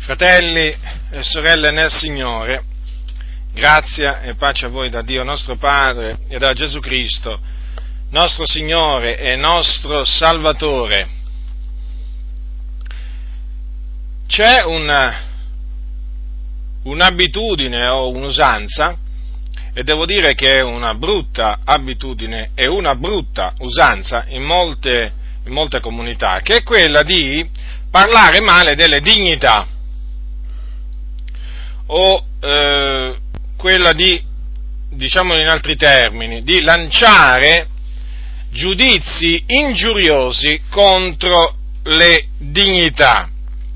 Fratelli e sorelle nel Signore, grazia e pace a voi da Dio nostro Padre e da Gesù Cristo, nostro Signore e nostro Salvatore. C'è un'abitudine o un'usanza, e devo dire che è una brutta abitudine e una brutta usanza in molte comunità, che è quella di parlare male delle dignità, o quella di, diciamolo in altri termini, di lanciare giudizi ingiuriosi contro le dignità.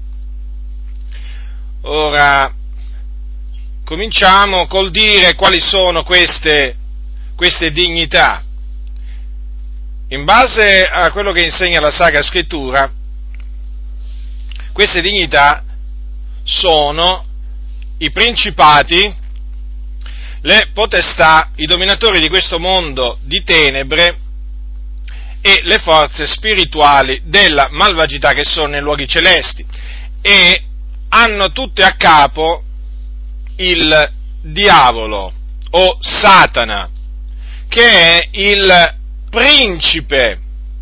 Ora, cominciamo col dire quali sono queste dignità. In base a quello che insegna la Sacra Scrittura, queste dignità sono i principati, le potestà, i dominatori di questo mondo di tenebre e le forze spirituali della malvagità che sono nei luoghi celesti, e hanno tutte a capo il diavolo o Satana, che è il principe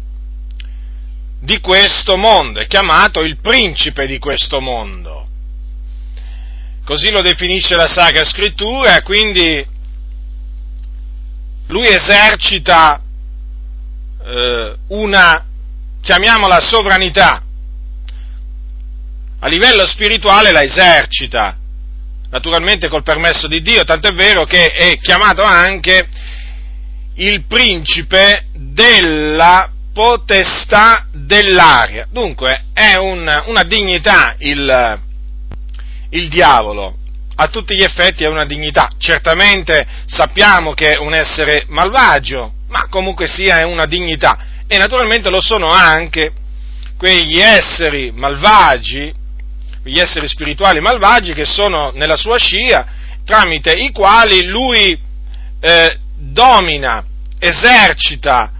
di questo mondo, è chiamato il principe di questo mondo. Così lo definisce la Sacra Scrittura, quindi lui esercita chiamiamola sovranità, a livello spirituale la esercita, naturalmente col permesso di Dio, tant'è vero che è chiamato anche il principe della potestà dell'aria. Dunque è una dignità il diavolo, a tutti gli effetti è una dignità. Certamente sappiamo che è un essere malvagio, ma comunque sia è una dignità, e naturalmente lo sono anche quegli esseri malvagi, quegli esseri spirituali malvagi che sono nella sua scia, tramite i quali lui domina, esercita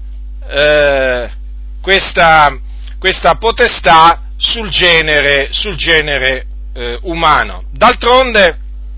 questa potestà sul genere umano. D'altronde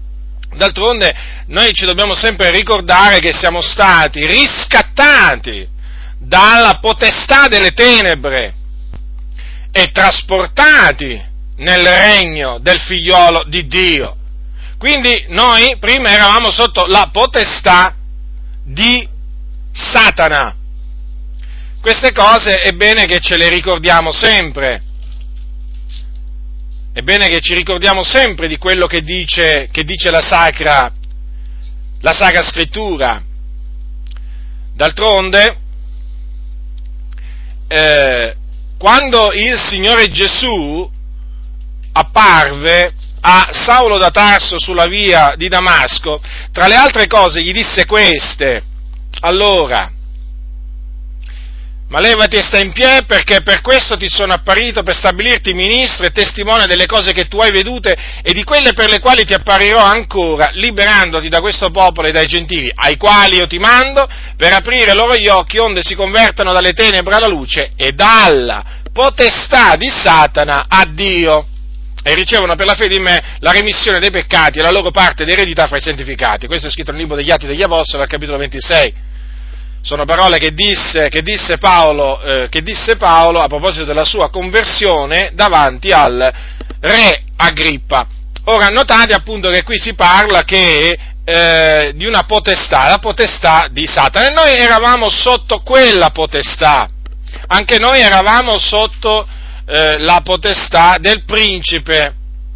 noi ci dobbiamo sempre ricordare che siamo stati riscattati dalla potestà delle tenebre e trasportati nel regno del figliolo di Dio. Quindi noi prima eravamo sotto la potestà di Satana. Queste cose è bene che ce le ricordiamo sempre. È bene che ci ricordiamo sempre di quello che dice la Sacra Scrittura. D'altronde, quando il Signore Gesù apparve a Saulo da Tarso sulla via di Damasco, tra le altre cose gli disse queste: allora, ma levati e sta in piedi, perché per questo ti sono apparito, per stabilirti ministro e testimone delle cose che tu hai vedute e di quelle per le quali ti apparirò ancora, liberandoti da questo popolo e dai gentili, ai quali io ti mando, per aprire loro gli occhi, onde si convertano dalle tenebre alla luce e dalla potestà di Satana a Dio, e ricevono per la fede in me la remissione dei peccati e la loro parte d'eredità fra i santificati. Questo è scritto nel libro degli Atti degli Apostoli, al capitolo 26. Sono parole che disse Paolo a proposito della sua conversione davanti al re Agrippa. Ora notate appunto che qui si parla di una potestà, la potestà di Satana, e noi eravamo sotto quella potestà, anche noi eravamo sotto la potestà del principe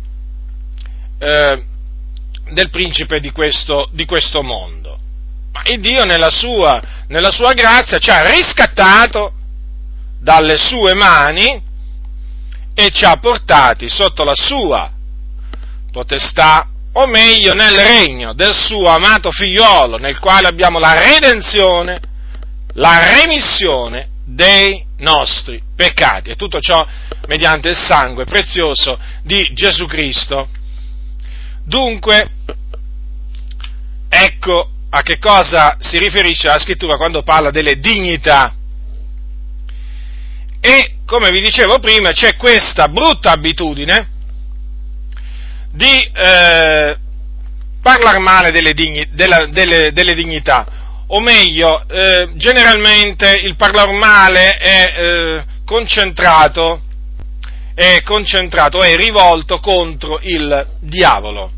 di questo mondo. Ma il Dio nella sua grazia ci ha riscattato dalle sue mani e ci ha portati sotto la sua potestà, o meglio nel regno del suo amato figliolo, nel quale abbiamo la redenzione, la remissione dei nostri peccati, e tutto ciò mediante il sangue prezioso di Gesù Cristo. Dunque, ecco a che cosa si riferisce la Scrittura quando parla delle dignità. E, come vi dicevo prima, c'è questa brutta abitudine di parlare male delle dignità, o meglio, generalmente il parlare male è rivolto contro il diavolo.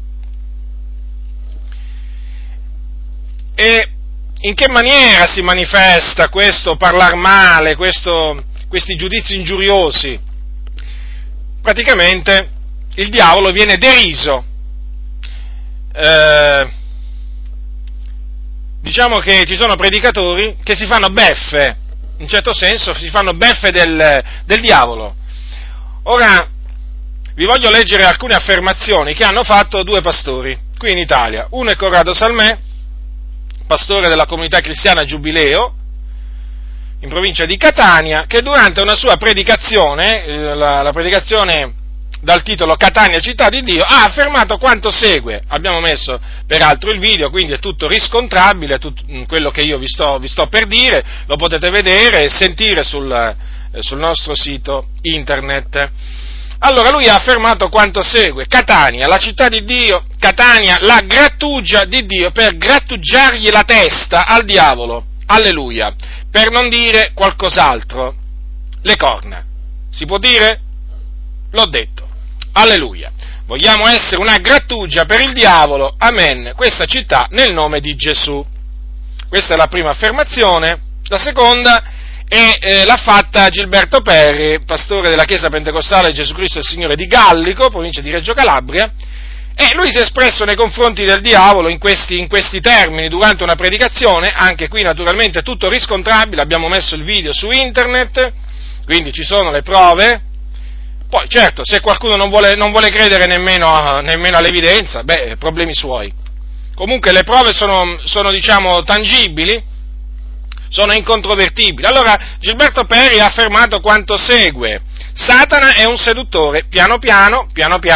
E in che maniera si manifesta questo parlare male, questi giudizi ingiuriosi? Praticamente il diavolo viene deriso. Diciamo che ci sono predicatori che si fanno beffe, in certo senso si fanno beffe del diavolo. Ora, vi voglio leggere alcune affermazioni che hanno fatto due pastori qui in Italia. Uno è Corrado Salmè, pastore della comunità cristiana Giubileo, in provincia di Catania, che durante una sua predicazione, la predicazione dal titolo Catania, città di Dio, ha affermato quanto segue. Abbiamo messo peraltro il video, quindi è tutto riscontrabile, tutto quello che io vi sto per dire, lo potete vedere e sentire sul nostro sito internet. Allora lui ha affermato quanto segue: Catania, la città di Dio, Catania, la grattugia di Dio per grattugiargli la testa al diavolo, alleluia, per non dire qualcos'altro, le corna. Si può dire? L'ho detto, alleluia. Vogliamo essere una grattugia per il diavolo, amen, questa città nel nome di Gesù. Questa è la prima affermazione. La seconda l'ha fatta Gilberto Perri, pastore della Chiesa Pentecostale Gesù Cristo il Signore di Gallico, provincia di Reggio Calabria, e lui si è espresso nei confronti del diavolo in questi termini durante una predicazione, anche qui naturalmente tutto riscontrabile, abbiamo messo il video su internet, quindi ci sono le prove. Poi certo, se qualcuno non vuole credere nemmeno all'evidenza, problemi suoi. Comunque le prove sono diciamo tangibili, sono incontrovertibili. Allora Gilberto Perri ha affermato quanto segue: Satana è un seduttore, piano piano,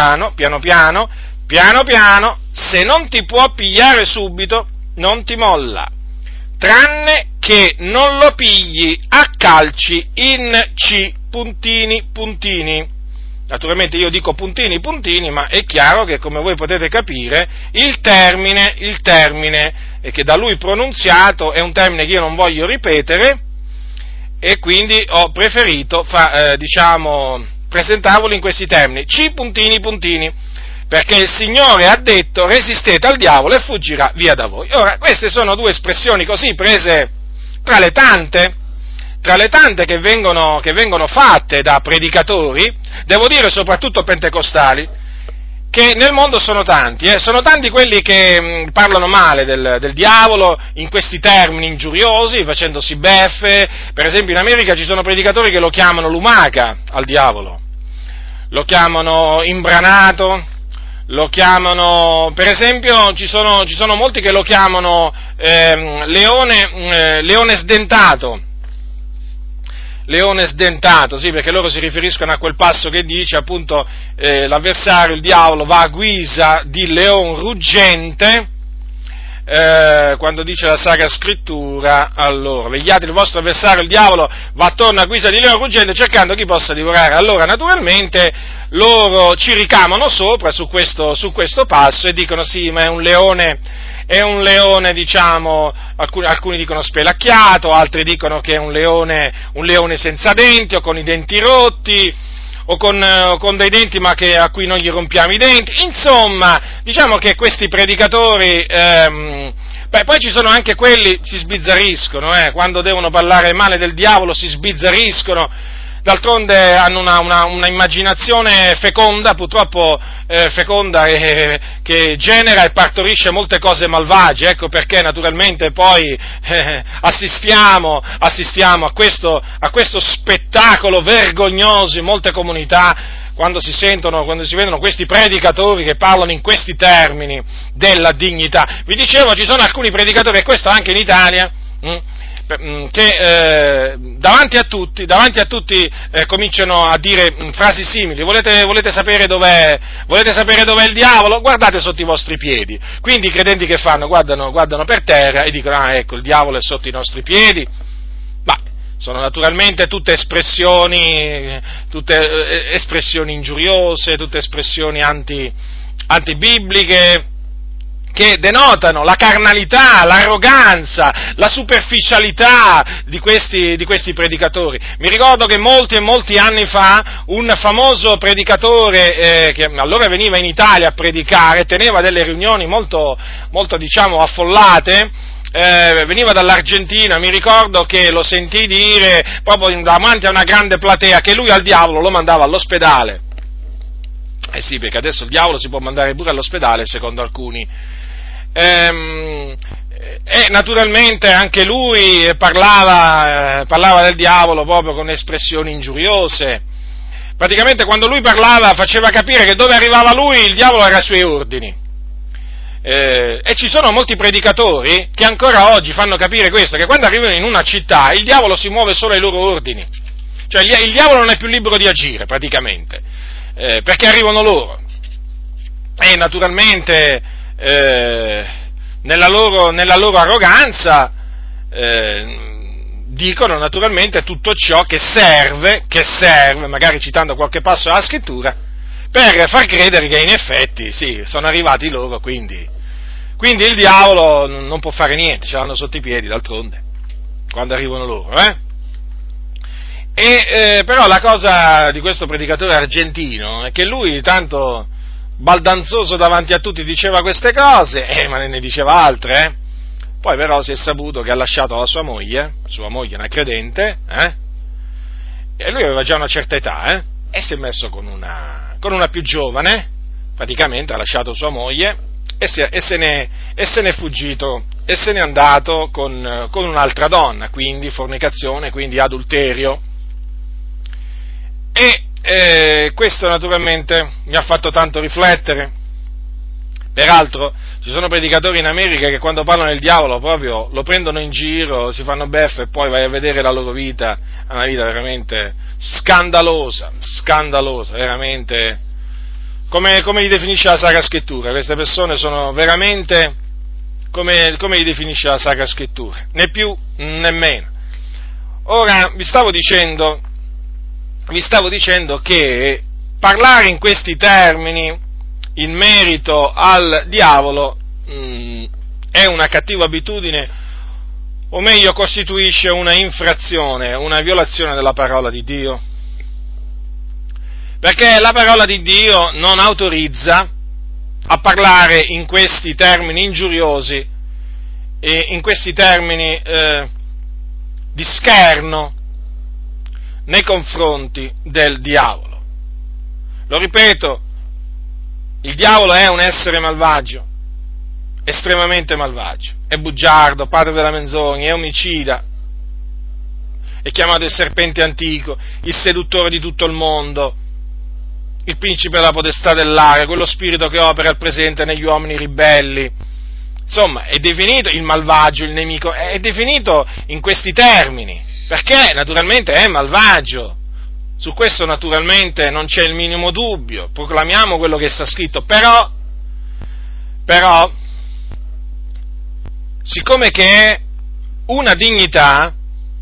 se non ti può pigliare subito, non ti molla, tranne che non lo pigli a calci in C, puntini. Naturalmente io dico puntini, ma è chiaro che, come voi potete capire, il termine che da lui pronunziato è un termine che io non voglio ripetere, e quindi ho preferito presentarvelo in questi termini: C, puntini, perché il Signore ha detto: resistete al diavolo e fuggirà via da voi. Ora, queste sono due espressioni così prese tra le tante che vengono fatte da predicatori, devo dire soprattutto pentecostali, che nel mondo sono tanti quelli che parlano male del diavolo in questi termini ingiuriosi, facendosi beffe. Per esempio in America ci sono predicatori che lo chiamano lumaca al diavolo, lo chiamano imbranato, lo chiamano, per esempio ci sono molti che lo chiamano leone sdentato. Leone sdentato, sì, perché loro si riferiscono a quel passo che dice appunto l'avversario, il diavolo, va a guisa di leon ruggente, quando dice la Sacra Scrittura, allora, vegliate, il vostro avversario, il diavolo, va attorno a guisa di leon ruggente cercando chi possa divorare. Allora, naturalmente, loro ci ricamano sopra su questo passo e dicono: sì, ma è un leone, diciamo, alcuni dicono spelacchiato, altri dicono che è un leone senza denti, o con i denti rotti, o con dei denti ma a cui non gli rompiamo i denti. Insomma, diciamo che questi predicatori, poi ci sono anche quelli, si sbizzarriscono, quando devono parlare male del diavolo si sbizzarriscono. D'altronde hanno una immaginazione feconda, purtroppo feconda, che genera e partorisce molte cose malvagie. Ecco perché naturalmente poi assistiamo a questo spettacolo vergognoso in molte comunità, quando si vedono questi predicatori che parlano in questi termini della dignità. Vi dicevo, ci sono alcuni predicatori, e questo anche in Italia, che davanti a tutti cominciano a dire frasi simili: volete sapere dov'è il diavolo? Guardate sotto i vostri piedi. Quindi i credenti che fanno? Guardano per terra e dicono: ah, ecco, il diavolo è sotto i nostri piedi. Ma sono naturalmente tutte espressioni ingiuriose, tutte espressioni antibibliche, che denotano la carnalità, l'arroganza, la superficialità di questi predicatori. Mi ricordo che molti e molti anni fa un famoso predicatore che allora veniva in Italia a predicare, teneva delle riunioni molto, molto diciamo affollate, veniva dall'Argentina. Mi ricordo che lo sentì dire proprio davanti a una grande platea che lui al diavolo lo mandava all'ospedale. Eh sì, perché adesso il diavolo si può mandare pure all'ospedale, secondo alcuni. E naturalmente anche lui parlava del diavolo proprio con espressioni ingiuriose. Praticamente quando lui parlava faceva capire che dove arrivava lui il diavolo era ai suoi ordini. E ci sono molti predicatori che ancora oggi fanno capire questo, che quando arrivano in una città il diavolo si muove solo ai loro ordini. Cioè il diavolo non è più libero di agire praticamente, perché arrivano loro. E naturalmente nella loro arroganza dicono naturalmente tutto ciò che serve, magari citando qualche passo della scrittura, per far credere che in effetti sì, sono arrivati loro, quindi il diavolo non può fare niente, ce l'hanno sotto i piedi d'altronde, quando arrivano loro, però la cosa di questo predicatore argentino è che lui tanto baldanzoso davanti a tutti diceva queste cose, ma ne diceva altre, Poi però si è saputo che ha lasciato la sua moglie è una credente, e lui aveva già una certa età, e si è messo con una più giovane, praticamente ha lasciato sua moglie, e se ne è fuggito, e se n'è andato con un'altra donna, quindi fornicazione, quindi adulterio. E questo naturalmente mi ha fatto tanto riflettere. Peraltro ci sono predicatori in America che quando parlano del diavolo proprio lo prendono in giro, si fanno beffe, e poi vai a vedere la loro vita, è una vita veramente scandalosa, veramente, come li definisce la Sacra Scrittura. Queste persone sono veramente come li definisce la Sacra Scrittura, né più né meno. Ora vi stavo dicendo che parlare in questi termini in merito al diavolo è una cattiva abitudine, o meglio costituisce una infrazione, una violazione della parola di Dio, perché la parola di Dio non autorizza a parlare in questi termini ingiuriosi e in questi termini di scherno nei confronti del diavolo. Lo ripeto, il diavolo è un essere malvagio, estremamente malvagio, è bugiardo, padre della menzogna, è omicida, è chiamato il serpente antico, il seduttore di tutto il mondo, il principe della potestà dell'aria, quello spirito che opera al presente negli uomini ribelli. Insomma, è definito il malvagio, il nemico, è definito in questi termini, perché naturalmente è malvagio. Su questo naturalmente non c'è il minimo dubbio, proclamiamo quello che sta scritto, però, siccome che è una dignità,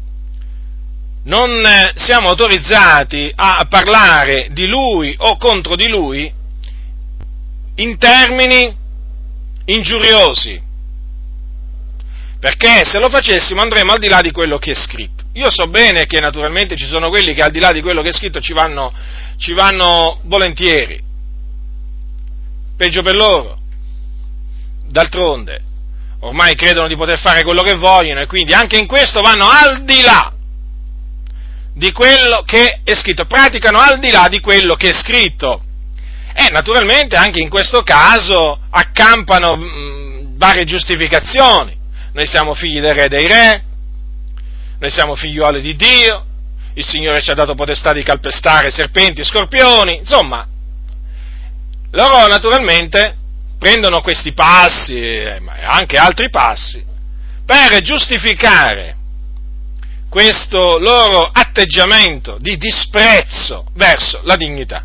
non siamo autorizzati a parlare di lui o contro di lui in termini ingiuriosi, perché se lo facessimo andremo al di là di quello che è scritto. Io so bene che naturalmente ci sono quelli che al di là di quello che è scritto ci vanno volentieri, peggio per loro, d'altronde ormai credono di poter fare quello che vogliono e quindi anche in questo vanno al di là di quello che è scritto, praticano al di là di quello che è scritto, e naturalmente anche in questo caso accampano varie giustificazioni. Noi siamo figli del Re dei Re, noi siamo figliuoli di Dio, il Signore ci ha dato potestà di calpestare serpenti e scorpioni, insomma, loro naturalmente prendono questi passi, ma anche altri passi, per giustificare questo loro atteggiamento di disprezzo verso la dignità.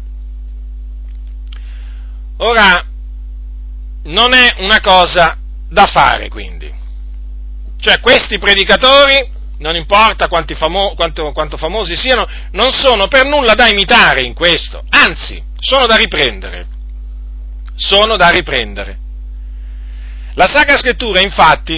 Ora, non è una cosa da fare, quindi. Cioè, questi predicatori, non importa quanto famosi siano, non sono per nulla da imitare in questo, anzi, sono da riprendere. sono da riprendere. La Sacra Scrittura, infatti,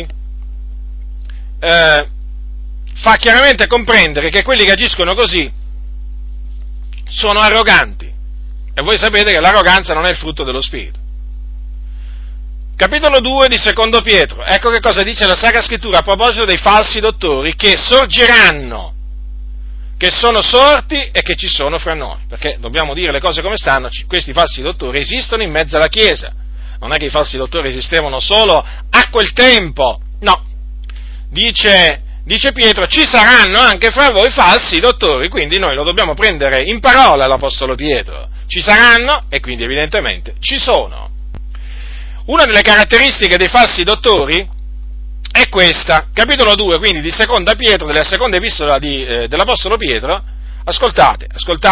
fa chiaramente comprendere che quelli che agiscono così sono arroganti, e voi sapete che l'arroganza non è il frutto dello Spirito. Capitolo 2 di Secondo Pietro, ecco che cosa dice la Sacra Scrittura a proposito dei falsi dottori che sorgeranno, che sono sorti e che ci sono fra noi, perché dobbiamo dire le cose come stanno, questi falsi dottori esistono in mezzo alla Chiesa, non è che i falsi dottori esistevano solo a quel tempo, no, dice Pietro, ci saranno anche fra voi falsi dottori, quindi noi lo dobbiamo prendere in parola l'Apostolo Pietro, ci saranno e quindi evidentemente ci sono. Una delle caratteristiche dei falsi dottori è questa, capitolo 2, quindi di Seconda Pietro, della seconda epistola dell'Apostolo Pietro, ascoltate,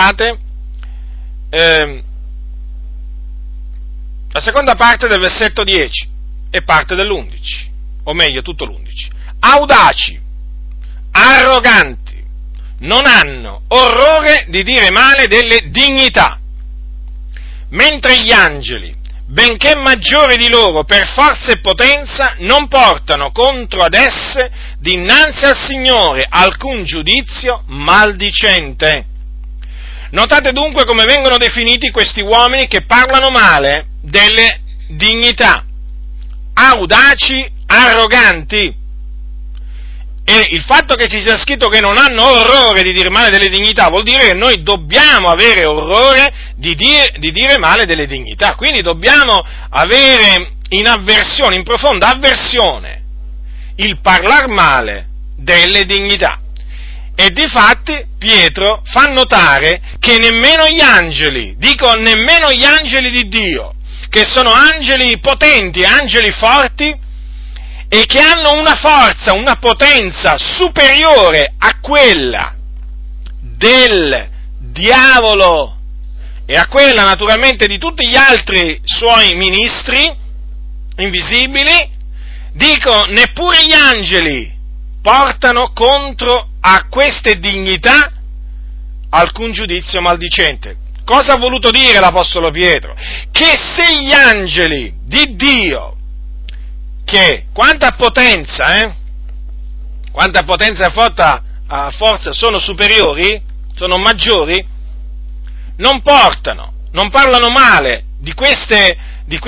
la seconda parte del versetto 10 e parte dell'11, o meglio tutto l'11. Audaci, arroganti, non hanno orrore di dire male delle dignità, mentre gli angeli, benché maggiori di loro per forza e potenza, non portano contro ad esse dinanzi al Signore alcun giudizio maldicente. Notate dunque come vengono definiti questi uomini che parlano male delle dignità: audaci, arroganti. E il fatto che ci sia scritto che non hanno orrore di dire male delle dignità vuol dire che noi dobbiamo avere orrore di dire male delle dignità, quindi dobbiamo avere in profonda avversione il parlar male delle dignità. E difatti Pietro fa notare che nemmeno gli angeli, nemmeno gli angeli di Dio, che sono angeli potenti, angeli forti, e che hanno una forza, una potenza superiore a quella del diavolo e a quella naturalmente di tutti gli altri suoi ministri invisibili, dico, neppure gli angeli portano contro a queste dignità alcun giudizio maldicente. Cosa ha voluto dire l'Apostolo Pietro? Che se gli angeli di Dio, che quanta potenza e forza sono superiori, sono maggiori, non parlano male di queste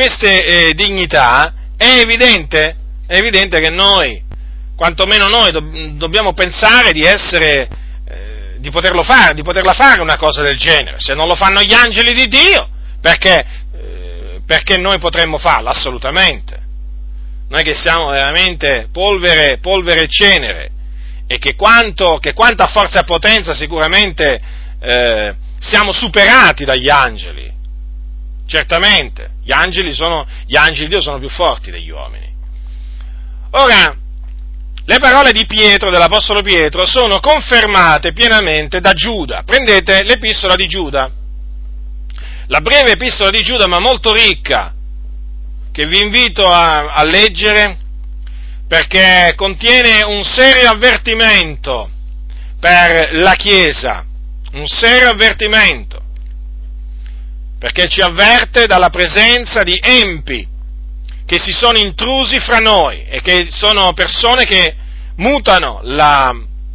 dignità, è evidente che noi, quantomeno noi, dobbiamo pensare di poterla fare una cosa del genere. Se non lo fanno gli angeli di Dio, perché noi potremmo farlo? Assolutamente. Noi che siamo veramente polvere e cenere, e che quanta forza e potenza sicuramente siamo superati dagli angeli. Certamente, gli angeli di Dio sono più forti degli uomini. Ora, le parole di Pietro, dell'Apostolo Pietro, sono confermate pienamente da Giuda. Prendete l'epistola di Giuda, la breve epistola di Giuda, ma molto ricca, che vi invito a leggere, perché contiene un serio avvertimento per la Chiesa, un serio avvertimento, perché ci avverte dalla presenza di empi che si sono intrusi fra noi e che sono persone che mutano la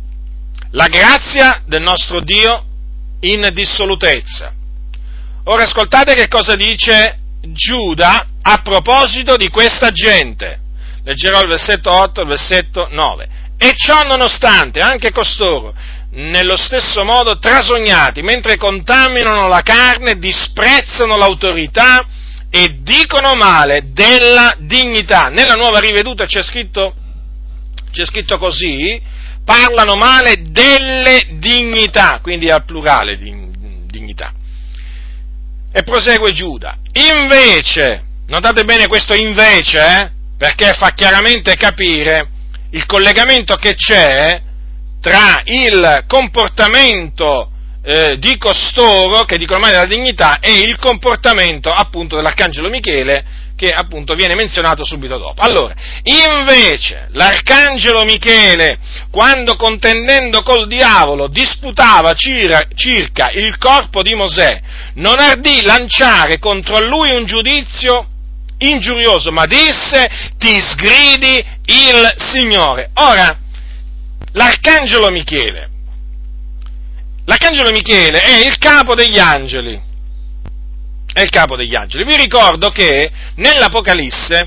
grazia del nostro Dio in dissolutezza. Ora ascoltate che cosa dice Giuda a proposito di questa gente. Leggerò il versetto 8 e il versetto 9. E ciò nonostante, anche costoro, nello stesso modo trasognati, mentre contaminano la carne, disprezzano l'autorità e dicono male della dignità. Nella Nuova Riveduta c'è scritto così: parlano male delle dignità, quindi al plurale di dignità. E prosegue Giuda: invece, notate bene questo invece, perché fa chiaramente capire il collegamento che c'è tra il comportamento di costoro, che dicono male della dignità, e il comportamento appunto dell'Arcangelo Michele, che appunto viene menzionato subito dopo. Allora, invece, l'arcangelo Michele, quando contendendo col diavolo disputava circa il corpo di Mosè, non ardì lanciare contro lui un giudizio ingiurioso, ma disse: ti sgridi il Signore. Ora, l'arcangelo Michele è il capo degli angeli. È il capo degli angeli. Vi ricordo che nell'Apocalisse,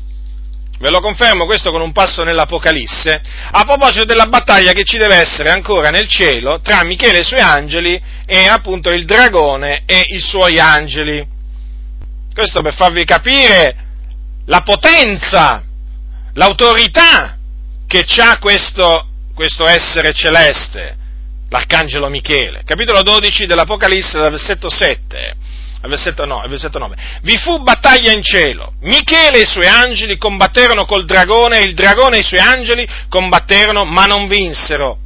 ve lo confermo questo con un passo nell'Apocalisse, a proposito della battaglia che ci deve essere ancora nel cielo tra Michele e i suoi angeli e appunto il dragone e i suoi angeli. Questo per farvi capire la potenza, l'autorità che c'ha questo essere celeste, l'arcangelo Michele. Capitolo 12 dell'Apocalisse, dal versetto 7. Al versetto 9. Vi fu battaglia in cielo. Michele e i suoi angeli combatterono col dragone, e il dragone e i suoi angeli combatterono, ma non vinsero.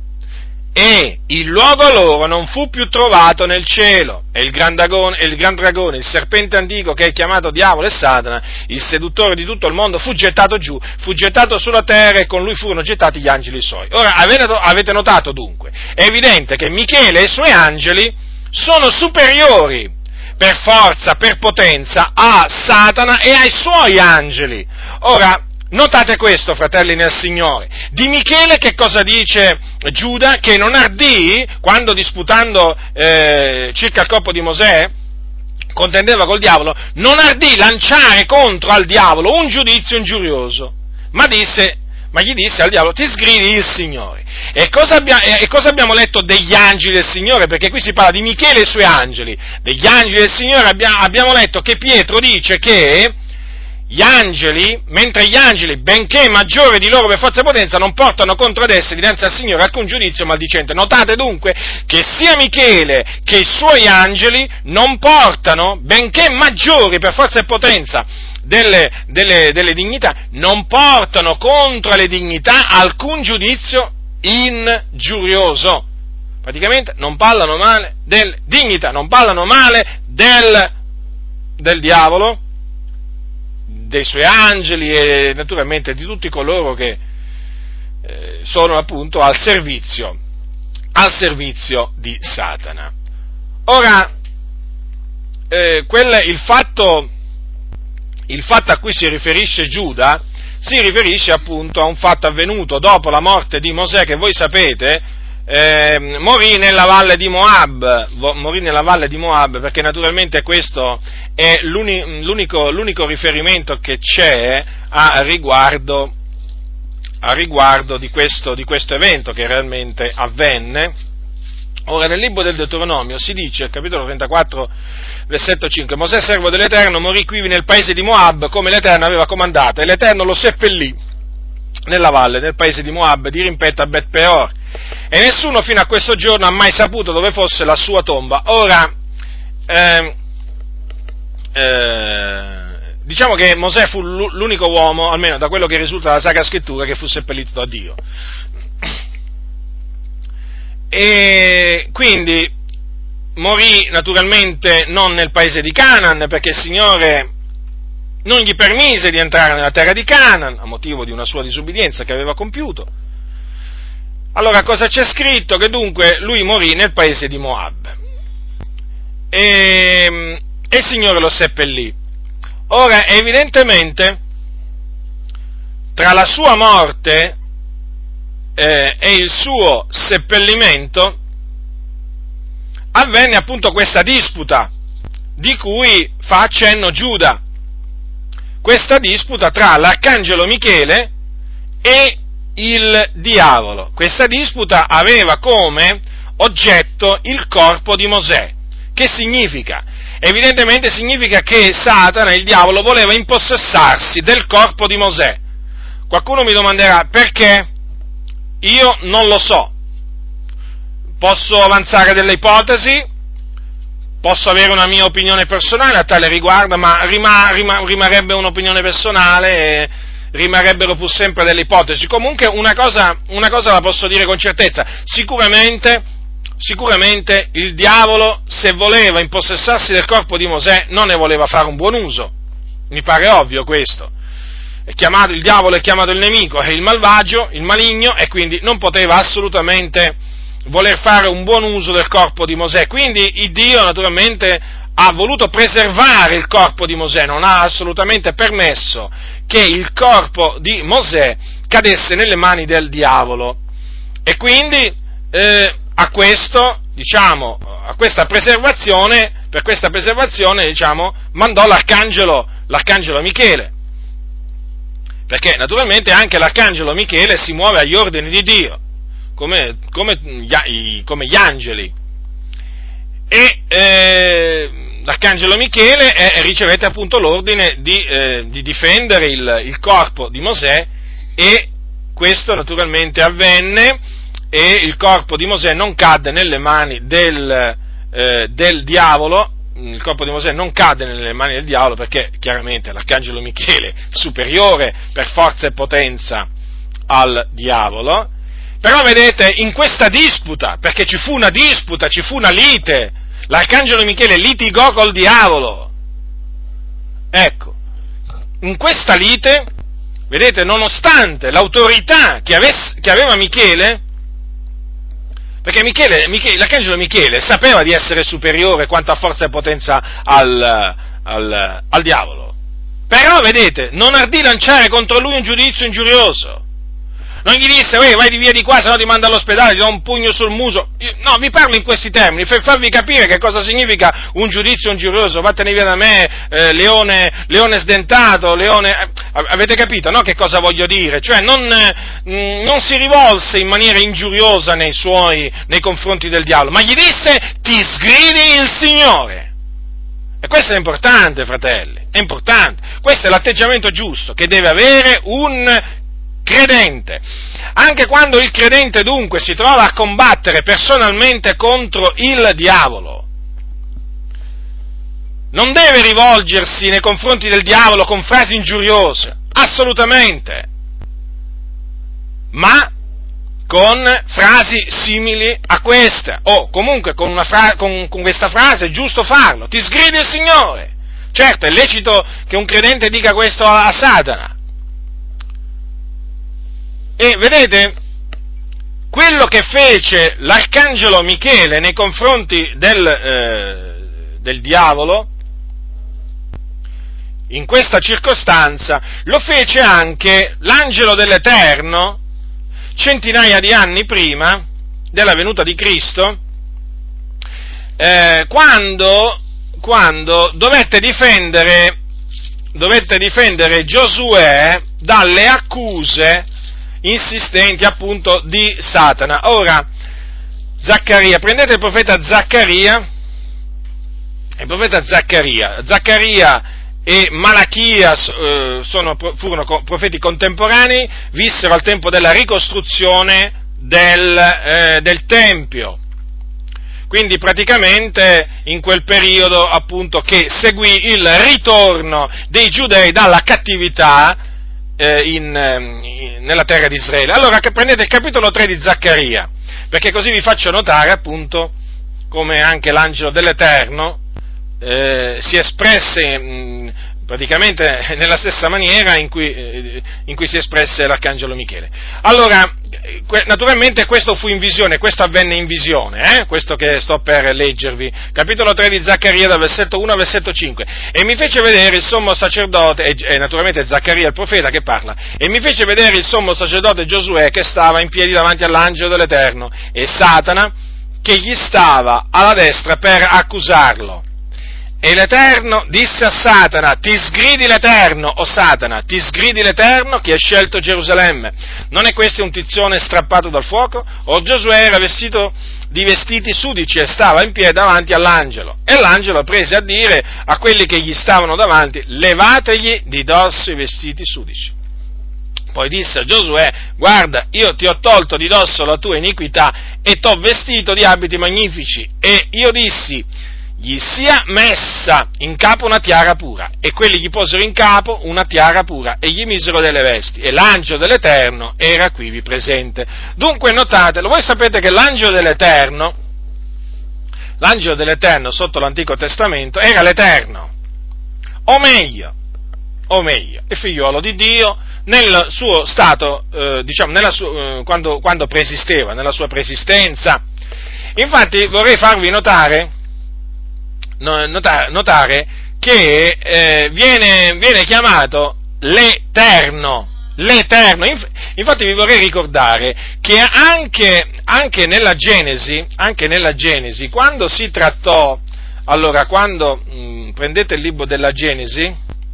E il luogo loro non fu più trovato nel cielo. E il gran dragone, il serpente antico che è chiamato Diavolo e Satana, il seduttore di tutto il mondo, fu gettato giù, fu gettato sulla terra, e con lui furono gettati gli angeli suoi. Ora, avete notato dunque? È evidente che Michele e i suoi angeli sono superiori per forza, per potenza, a Satana e ai suoi angeli. Ora, notate questo, fratelli nel Signore. Di Michele che cosa dice Giuda? Che non ardì, quando disputando circa il corpo di Mosè, contendeva col diavolo, non ardì lanciare contro al diavolo un giudizio ingiurioso, ma gli disse al diavolo: ti sgridi il Signore. E cosa abbiamo letto degli angeli del Signore? Perché qui si parla di Michele e i suoi angeli. Degli angeli del Signore abbiamo letto che Pietro dice che gli angeli, mentre gli angeli, benché maggiori di loro per forza e potenza, non portano contro ad essi dinanzi al Signore alcun giudizio maldicente. Notate dunque che sia Michele che i suoi angeli non portano, benché maggiori per forza e potenza delle dignità, non portano contro le dignità alcun giudizio ingiurioso. Praticamente non parlano male delle dignità, non parlano male del diavolo, dei suoi angeli e naturalmente di tutti coloro che sono appunto al servizio di Satana. Ora, il fatto a cui si riferisce Giuda si riferisce appunto a un fatto avvenuto dopo la morte di Mosè, che voi sapete morì nella valle di Moab, perché naturalmente questo è l'unico riferimento che c'è a riguardo di questo evento che realmente avvenne. Ora, nel libro del Deuteronomio si dice, capitolo 34, versetto 5, Mosè, servo dell'Eterno, morì quivi nel paese di Moab, come l'Eterno aveva comandato, e l'Eterno lo seppellì nella valle, nel paese di Moab, di rimpetto a Bet Peor, e nessuno fino a questo giorno ha mai saputo dove fosse la sua tomba. Ora, diciamo che Mosè fu l'unico uomo, almeno da quello che risulta dalla Sacra Scrittura, che fu seppellito da Dio. E quindi morì naturalmente non nel paese di Canaan, perché il Signore non gli permise di entrare nella terra di Canaan a motivo di una sua disubbidienza che aveva compiuto. Allora, cosa c'è scritto? Che dunque lui morì nel paese di Moab e il Signore lo seppellì. Ora, evidentemente, tra la sua morte e il suo seppellimento avvenne appunto questa disputa di cui fa accenno Giuda, questa disputa tra l'arcangelo Michele e il diavolo. Questa disputa aveva come oggetto il corpo di Mosè. Che significa? Evidentemente significa che Satana, il diavolo, voleva impossessarsi del corpo di Mosè. Qualcuno mi domanderà perché? Io non lo so. Posso avanzare delle ipotesi, posso avere una mia opinione personale a tale riguardo, ma rimarrebbe un'opinione personale e rimarrebbero pur sempre delle ipotesi. Comunque una cosa la posso dire con certezza: sicuramente il diavolo, se voleva impossessarsi del corpo di Mosè, non ne voleva fare un buon uso. Mi pare ovvio questo. Il diavolo è chiamato il nemico, è il malvagio, il maligno, e quindi non poteva assolutamente voler fare un buon uso del corpo di Mosè. Quindi il Dio naturalmente ha voluto preservare il corpo di Mosè, non ha assolutamente permesso che il corpo di Mosè cadesse nelle mani del diavolo. E quindi a questa preservazione, per questa preservazione, mandò l'arcangelo Michele. Perché naturalmente anche l'arcangelo Michele si muove agli ordini di Dio, come gli angeli. E l'arcangelo Michele ricevette appunto l'ordine di difendere il corpo di Mosè, e questo naturalmente avvenne, e il corpo di Mosè non cadde nelle mani del diavolo. Il corpo di Mosè non cadde nelle mani del diavolo, perché chiaramente l'arcangelo Michele, superiore per forza e potenza al diavolo. Però vedete, in questa disputa, perché ci fu una disputa, ci fu una lite, l'arcangelo Michele litigò col diavolo. Ecco, in questa lite, vedete, nonostante l'autorità che aveva Michele, perché l'arcangelo Michele sapeva di essere superiore quanto a forza e potenza al diavolo, però vedete, non ardì lanciare contro lui un giudizio ingiurioso. Non gli disse: vai di via di qua, se no ti mando all'ospedale, ti do un pugno sul muso. No, vi parlo in questi termini, per farvi capire che cosa significa un giudizio ingiurioso. Vattene via da me, leone sdentato, avete capito, no? Che cosa voglio dire? Cioè, non si rivolse in maniera ingiuriosa nei confronti del diavolo, ma gli disse: ti sgridi il Signore. E questo è importante, fratelli, è importante. Questo è l'atteggiamento giusto che deve avere un credente. Anche quando il credente dunque si trova a combattere personalmente contro il diavolo, non deve rivolgersi nei confronti del diavolo con frasi ingiuriose, assolutamente, ma con frasi simili a queste, o comunque con questa frase è giusto farlo: ti sgridi il Signore. Certo, è lecito che un credente dica questo a Satana. E vedete, quello che fece l'arcangelo Michele nei confronti del diavolo, in questa circostanza, lo fece anche l'angelo dell'Eterno, centinaia di anni prima della venuta di Cristo, quando dovette difendere Giosuè dalle accuse insistenti appunto di Satana. Ora, prendete il profeta Zaccaria e Malachia furono profeti contemporanei, vissero al tempo della ricostruzione del Tempio. Quindi praticamente in quel periodo appunto che seguì il ritorno dei giudei dalla cattività nella terra di Israele. Allora prendete il capitolo 3 di Zaccaria, perché così vi faccio notare appunto come anche l'angelo dell'Eterno si espresse praticamente nella stessa maniera in cui si espresse l'arcangelo Michele. Allora, naturalmente questo fu in visione, questo avvenne in visione, questo che sto per leggervi, capitolo 3 di Zaccaria, dal versetto 1 al versetto 5, e mi fece vedere il sommo sacerdote, e naturalmente Zaccaria il profeta che parla, e mi fece vedere il sommo sacerdote Giosuè che stava in piedi davanti all'angelo dell'Eterno, e Satana che gli stava alla destra per accusarlo. E l'Eterno disse a Satana: ti sgridi l'Eterno, o Satana, ti sgridi l'Eterno che ha scelto Gerusalemme. Non è questo un tizzone strappato dal fuoco? Or Giosuè era vestito di vestiti sudici e stava in piedi davanti all'angelo. E l'angelo prese a dire a quelli che gli stavano davanti: levategli di dosso i vestiti sudici. Poi disse a Giosuè: guarda, io ti ho tolto di dosso la tua iniquità e t'ho vestito di abiti magnifici. E io dissi: gli sia messa in capo una tiara pura, e quelli gli posero in capo una tiara pura, e gli misero delle vesti, e l'angelo dell'Eterno era quivi presente. Dunque notatelo, voi sapete che l'angelo dell'Eterno sotto l'Antico Testamento era l'Eterno, o meglio, o meglio, il figliolo di Dio nel suo stato, quando preesisteva, nella sua preesistenza. Infatti vorrei farvi notare che viene chiamato l'Eterno. Infatti vi vorrei ricordare che anche nella Genesi, quando si trattò, prendete il libro della Genesi,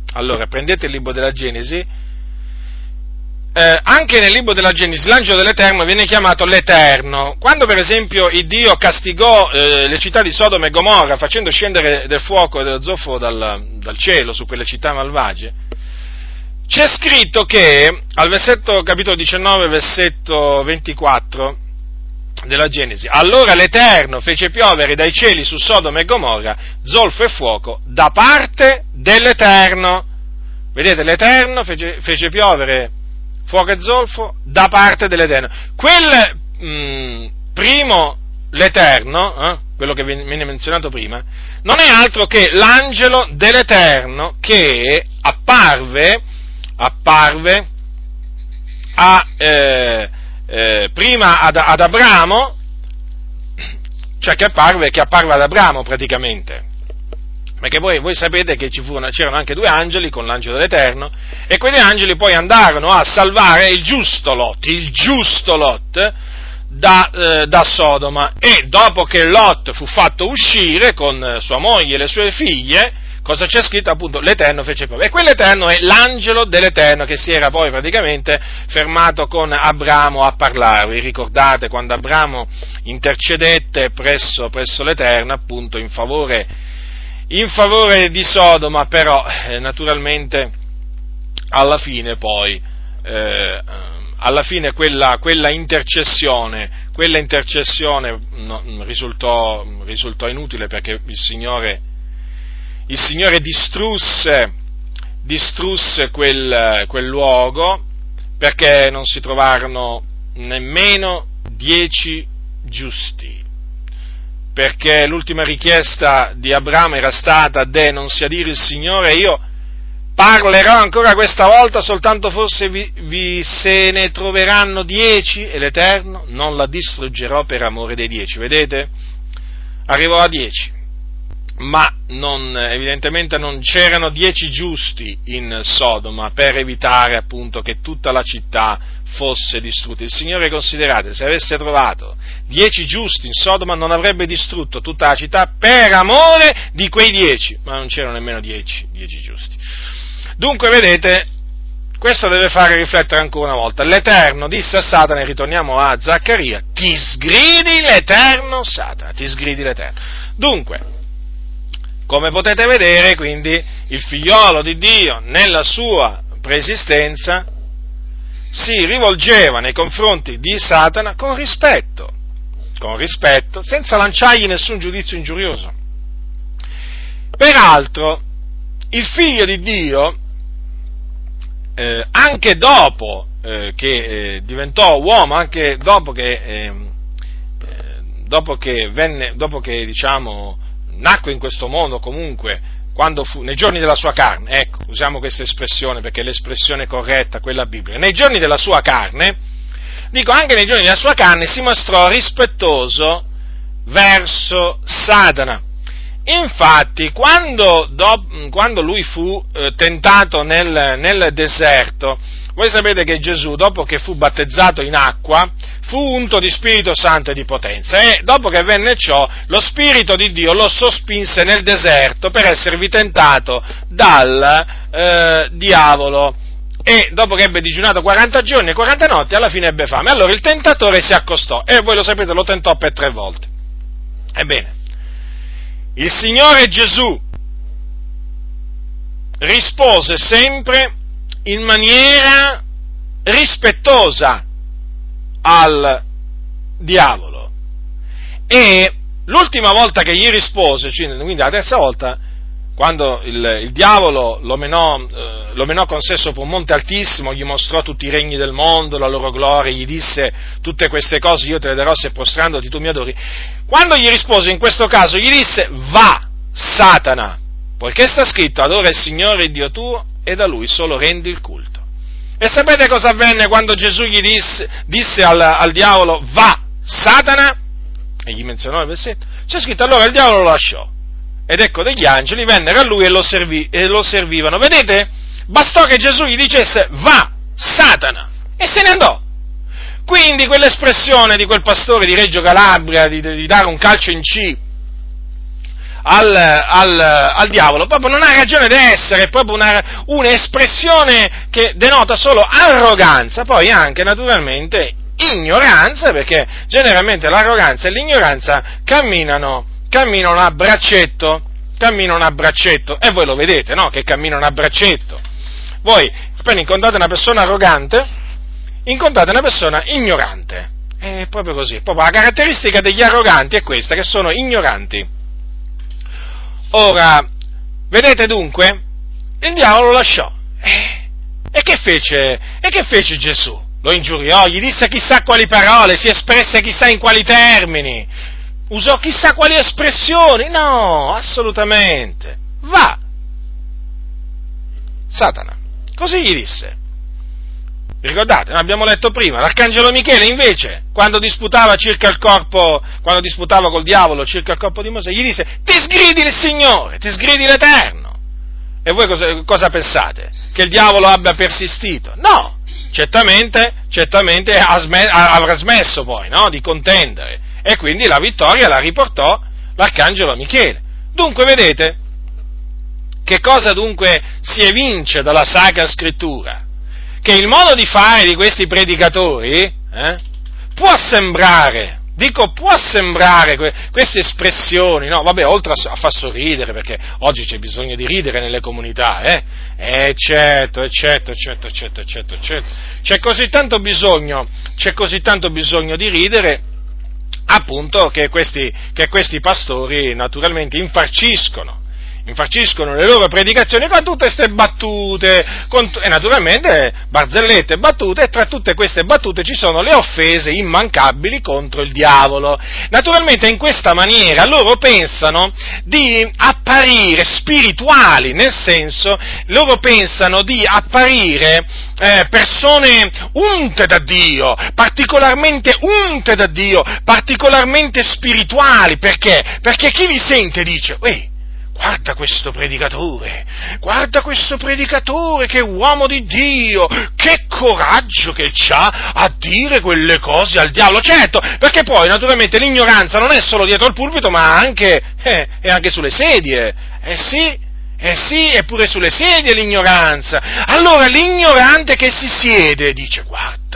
anche nel libro della Genesi l'angelo dell'Eterno viene chiamato l'Eterno. Quando per esempio il Dio castigò le città di Sodoma e Gomorra facendo scendere del fuoco e dello zolfo dal cielo su quelle città malvagie, c'è scritto che al capitolo 19, versetto 24 della Genesi: allora l'Eterno fece piovere dai cieli su Sodoma e Gomorra zolfo e fuoco da parte dell'Eterno. Vedete, l'Eterno fece piovere fuoco e zolfo da parte dell'Eterno. Quel primo, l'Eterno, quello che viene menzionato prima, non è altro che l'angelo dell'Eterno che apparve prima ad Abramo, cioè che apparve ad Abramo praticamente. Perché voi sapete che c'erano anche due angeli con l'angelo dell'Eterno, e quegli angeli poi andarono a salvare il giusto Lot da Sodoma, e dopo che Lot fu fatto uscire con sua moglie e le sue figlie, cosa c'è scritto? Appunto, l'Eterno fece piovere. E quell'Eterno è l'angelo dell'Eterno che si era poi praticamente fermato con Abramo a parlare. Vi ricordate quando Abramo intercedette presso l'Eterno, appunto, in favore di Sodoma, però naturalmente alla fine quella intercessione risultò inutile, perché il Signore distrusse quel luogo, perché non si trovarono nemmeno 10 giusti. Perché l'ultima richiesta di Abramo era stata: «Deh, non sia dire il Signore, io parlerò ancora questa volta, soltanto forse se ne troveranno 10, e l'Eterno non la distruggerò per amore dei 10». Vedete? Arrivò a 10, ma evidentemente non c'erano 10 giusti in Sodoma per evitare appunto che tutta la città fosse distrutta. Il Signore, considerate, se avesse trovato 10 giusti in Sodoma, non avrebbe distrutto tutta la città per amore di quei 10, ma non c'erano nemmeno 10 giusti. Dunque, vedete, questo deve fare riflettere ancora una volta. L'Eterno disse a Satana, e ritorniamo a Zaccaria: ti sgridi l'Eterno, Satana, ti sgridi l'Eterno. Dunque, come potete vedere, quindi, il figliolo di Dio, nella sua preesistenza, si rivolgeva nei confronti di Satana con rispetto, senza lanciargli nessun giudizio ingiurioso. Peraltro, il figlio di Dio, anche dopo che diventò uomo, anche dopo che nacque in questo mondo, comunque, quando fu nei giorni della sua carne, ecco, usiamo questa espressione perché è l'espressione corretta, quella biblica, nei giorni della sua carne, anche nei giorni della sua carne si mostrò rispettoso verso Satana. Infatti, quando lui fu tentato nel deserto, voi sapete che Gesù, dopo che fu battezzato in acqua, fu unto di Spirito Santo e di potenza, e dopo che avvenne ciò, lo Spirito di Dio lo sospinse nel deserto per esservi tentato dal diavolo, e dopo che ebbe digiunato 40 giorni e 40 notti, alla fine ebbe fame. Allora il tentatore si accostò, e voi lo sapete, lo tentò per 3 volte. Ebbene, il Signore Gesù rispose sempre in maniera rispettosa al diavolo, e l'ultima volta che gli rispose, quindi la terza volta, quando il diavolo lo menò con sé sopra un monte altissimo, gli mostrò tutti i regni del mondo, la loro gloria, gli disse: tutte queste cose io te le darò se prostrandoti tu mi adori. Quando gli rispose in questo caso, gli disse: va, Satana, poiché sta scritto: adora il Signore Dio tuo e da lui solo rendi il culto. E sapete cosa avvenne quando Gesù gli disse al diavolo, va, Satana? E gli menzionò il versetto. C'è scritto, allora il diavolo lo lasciò. Ed ecco degli angeli vennero a lui e lo servivano. Vedete? Bastò che Gesù gli dicesse, va, Satana! E se ne andò. Quindi quell'espressione di quel pastore di Reggio Calabria di dare un calcio in C al diavolo, proprio non ha ragione d'essere, è proprio un'espressione che denota solo arroganza, poi anche naturalmente ignoranza, perché generalmente l'arroganza e l'ignoranza camminano a braccetto, e voi lo vedete, no? Che camminano a braccetto. Voi appena incontrate una persona arrogante, incontrate una persona ignorante, è proprio così, proprio la caratteristica degli arroganti è questa, che sono ignoranti. Ora, vedete dunque, il diavolo lo lasciò, e che fece Gesù? Lo ingiuriò, gli disse chissà quali parole, si espresse chissà in quali termini, usò chissà quali espressioni, no, assolutamente, va, Satana, così gli disse. Ricordate, abbiamo letto prima, l'arcangelo Michele invece, quando disputava col diavolo circa il corpo di Mosè, gli disse, ti sgridi il Signore, ti sgridi l'Eterno. E voi cosa pensate? Che il diavolo abbia persistito? No, certamente avrà smesso poi, no, di contendere, e quindi la vittoria la riportò l'arcangelo Michele. Dunque, vedete, che cosa dunque si evince dalla Sacra Scrittura? Che il modo di fare di questi predicatori può sembrare queste espressioni, no? Vabbè, oltre a far sorridere, perché oggi c'è bisogno di ridere nelle comunità, certo, c'è così tanto bisogno di ridere, appunto, che questi pastori naturalmente infarciscono le loro predicazioni con tutte queste battute, e naturalmente barzellette, battute, e tra tutte queste battute ci sono le offese immancabili contro il diavolo. Naturalmente in questa maniera loro pensano di apparire spirituali, nel senso, loro pensano di apparire persone unte da Dio, particolarmente spirituali, perché? Perché chi vi sente dice, guarda questo predicatore, che uomo di Dio, che coraggio che c'ha a dire quelle cose al diavolo. Certo, perché poi naturalmente l'ignoranza non è solo dietro il pulpito, ma anche, è anche sulle sedie, sì, è pure sulle sedie l'ignoranza. Allora l'ignorante che si siede dice,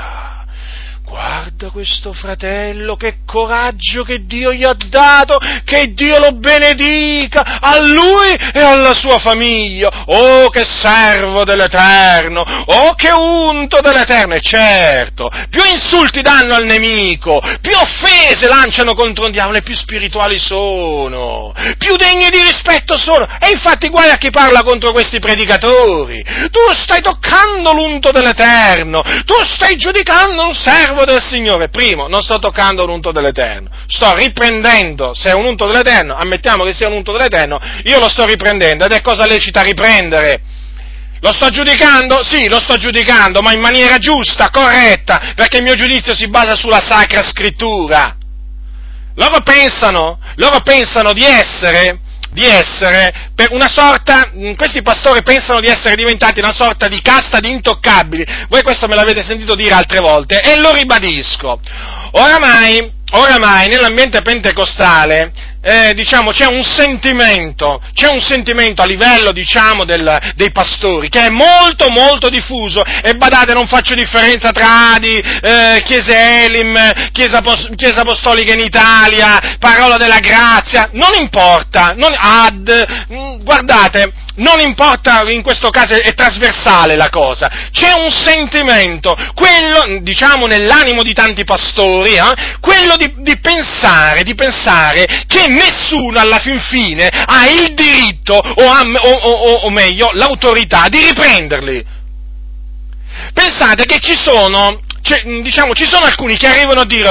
guarda questo fratello, che coraggio che Dio gli ha dato, che Dio lo benedica, a lui e alla sua famiglia, oh che servo dell'Eterno, oh che unto dell'Eterno. E certo, più insulti danno al nemico, più offese lanciano contro un diavolo, e più spirituali sono, più degni di rispetto sono. E infatti guarda a chi parla contro questi predicatori, tu stai toccando l'unto dell'Eterno, tu stai giudicando un servo del Signore. Primo, non sto toccando un unto dell'Eterno, sto riprendendo, se è un unto dell'Eterno, ammettiamo che sia un unto dell'Eterno, io lo sto riprendendo, ed è cosa lecita riprendere. Lo sto giudicando? Sì, lo sto giudicando, ma in maniera giusta, corretta, perché il mio giudizio si basa sulla Sacra Scrittura. Loro pensano di essere per una sorta, questi pastori pensano di essere diventati una sorta di casta di intoccabili. Voi questo me l'avete sentito dire altre volte, e lo ribadisco. Oramai nell'ambiente pentecostale, c'è un sentimento a livello, dei pastori, che è molto, molto diffuso, e badate, non faccio differenza tra Chiese Elim, Chiesa Apostolica in Italia, Parola della Grazia, non importa, guardate, non importa, in questo caso è trasversale la cosa, c'è un sentimento, quello, nell'animo di tanti pastori, quello di pensare che nessuno alla fin fine ha il diritto, o meglio, l'autorità di riprenderli. Pensate che ci sono alcuni che arrivano a dire,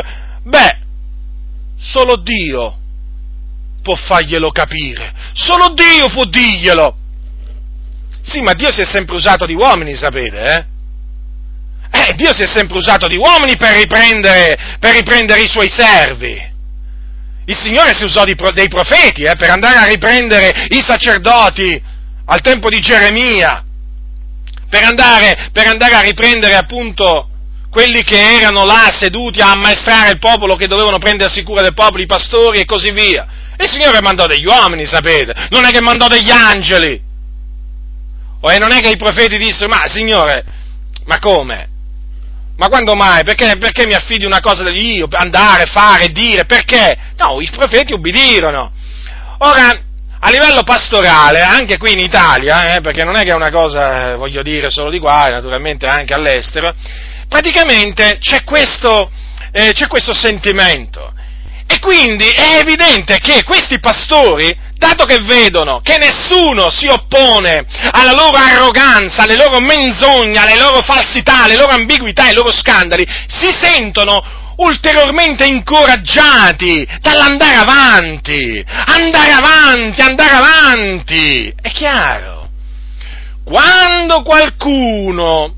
solo Dio può farglielo capire, solo Dio può dirglielo. Sì, ma Dio si è sempre usato di uomini, sapete, Dio si è sempre usato di uomini per riprendere i suoi servi. Il Signore si usò dei profeti, per andare a riprendere i sacerdoti al tempo di Geremia, per andare a riprendere appunto quelli che erano là seduti a ammaestrare il popolo, che dovevano prendersi cura del popolo, i pastori e così via. E il Signore mandò degli uomini, sapete, non è che mandò degli angeli. E non è che i profeti dissero: ma Signore, ma come? Ma quando mai? Perché mi affidi una cosa degli io? Andare, fare, dire, perché? No, i profeti ubbidirono. Ora, a livello pastorale, anche qui in Italia, perché non è che è una cosa, voglio dire, solo di qua, naturalmente anche all'estero, praticamente c'è questo sentimento. E quindi è evidente che questi pastori, dato che vedono che nessuno si oppone alla loro arroganza, alle loro menzogne, alle loro falsità, alle loro ambiguità, ai loro scandali, si sentono ulteriormente incoraggiati dall'andare avanti, andare avanti. È chiaro? Quando qualcuno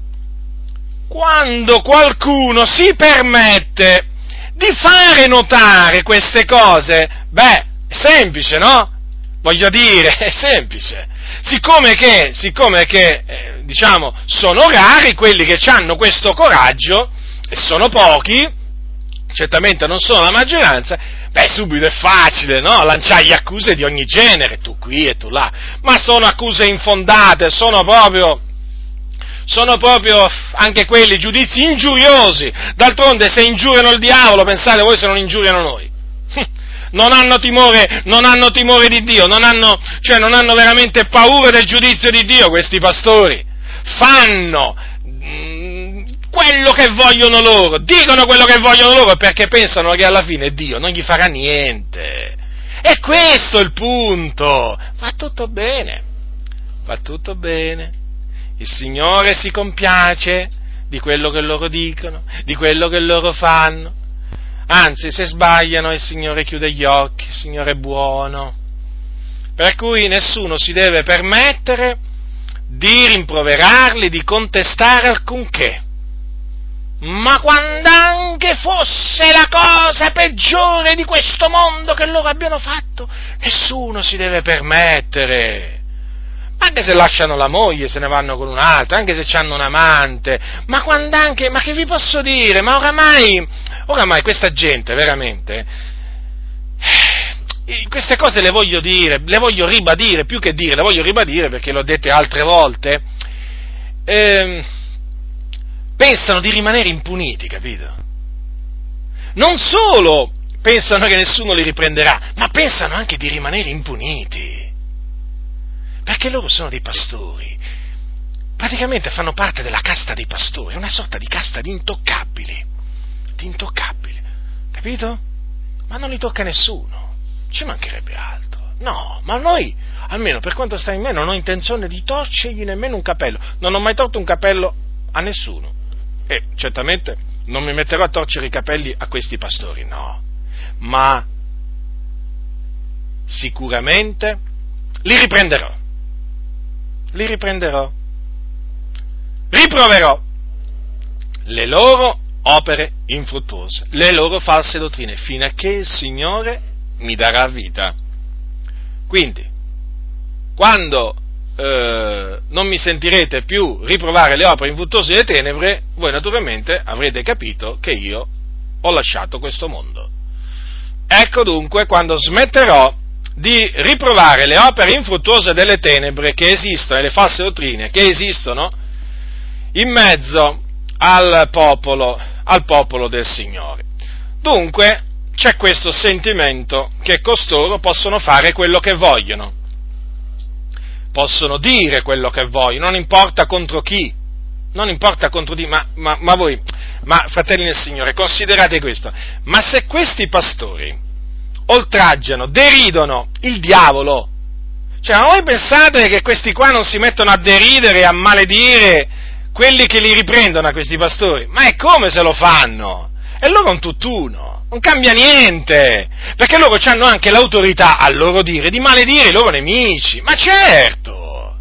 si permette di fare notare queste cose, è semplice, no? Voglio dire, è semplice. Siccome che diciamo, sono rari quelli che hanno questo coraggio, e sono pochi, certamente non sono la maggioranza, subito è facile, no? Lanciargli accuse di ogni genere, tu qui e tu là, ma sono accuse infondate, sono proprio anche quelli giudizi ingiuriosi. D'altronde, se ingiuriano il diavolo, pensate voi se non ingiuriano noi? Non hanno timore di Dio, non hanno veramente paura del giudizio di Dio questi pastori. Fanno quello che vogliono loro, dicono quello che vogliono loro, perché pensano che alla fine Dio non gli farà niente. E questo è il punto. Va tutto bene. Il Signore si compiace di quello che loro dicono, di quello che loro fanno. Anzi, se sbagliano il Signore chiude gli occhi, il Signore è buono. Per cui nessuno si deve permettere di rimproverarli, di contestare alcunché. Ma quando anche fosse la cosa peggiore di questo mondo che loro abbiano fatto, nessuno si deve permettere. Anche se lasciano la moglie, se ne vanno con un'altra, anche se hanno un amante, ma che vi posso dire? Ma oramai questa gente, veramente, queste cose le voglio ribadire, più che dire, le voglio ribadire perché le ho dette altre volte, pensano di rimanere impuniti, capito? Non solo pensano che nessuno li riprenderà, ma pensano anche di rimanere impuniti. Perché loro sono dei pastori, praticamente fanno parte della casta dei pastori, una sorta di casta di intoccabili, capito? Ma non li tocca nessuno, ci mancherebbe altro, no, ma noi, almeno per quanto sta in me, non ho intenzione di torcergli nemmeno un capello, non ho mai torto un capello a nessuno, e certamente non mi metterò a torcere i capelli a questi pastori, no, ma sicuramente li riprenderò, riproverò le loro opere infruttuose, le loro false dottrine, fino a che il Signore mi darà vita. Quindi, quando non mi sentirete più riprovare le opere infruttuose delle tenebre, voi naturalmente avrete capito che io ho lasciato questo mondo. Ecco dunque quando smetterò di riprovare le opere infruttuose delle tenebre che esistono e le false dottrine che esistono in mezzo al popolo del Signore. Dunque c'è questo sentimento che costoro possono fare quello che vogliono, possono dire quello che vogliono, non importa contro chi, ma voi, fratelli nel Signore, considerate questo, ma se questi pastori oltraggiano, deridono il diavolo, cioè, ma voi pensate che questi qua non si mettono a deridere e a maledire quelli che li riprendono a questi pastori? Ma è come se lo fanno? E loro è un tutt'uno, non cambia niente, perché loro hanno anche l'autorità, a loro dire, di maledire i loro nemici, ma certo,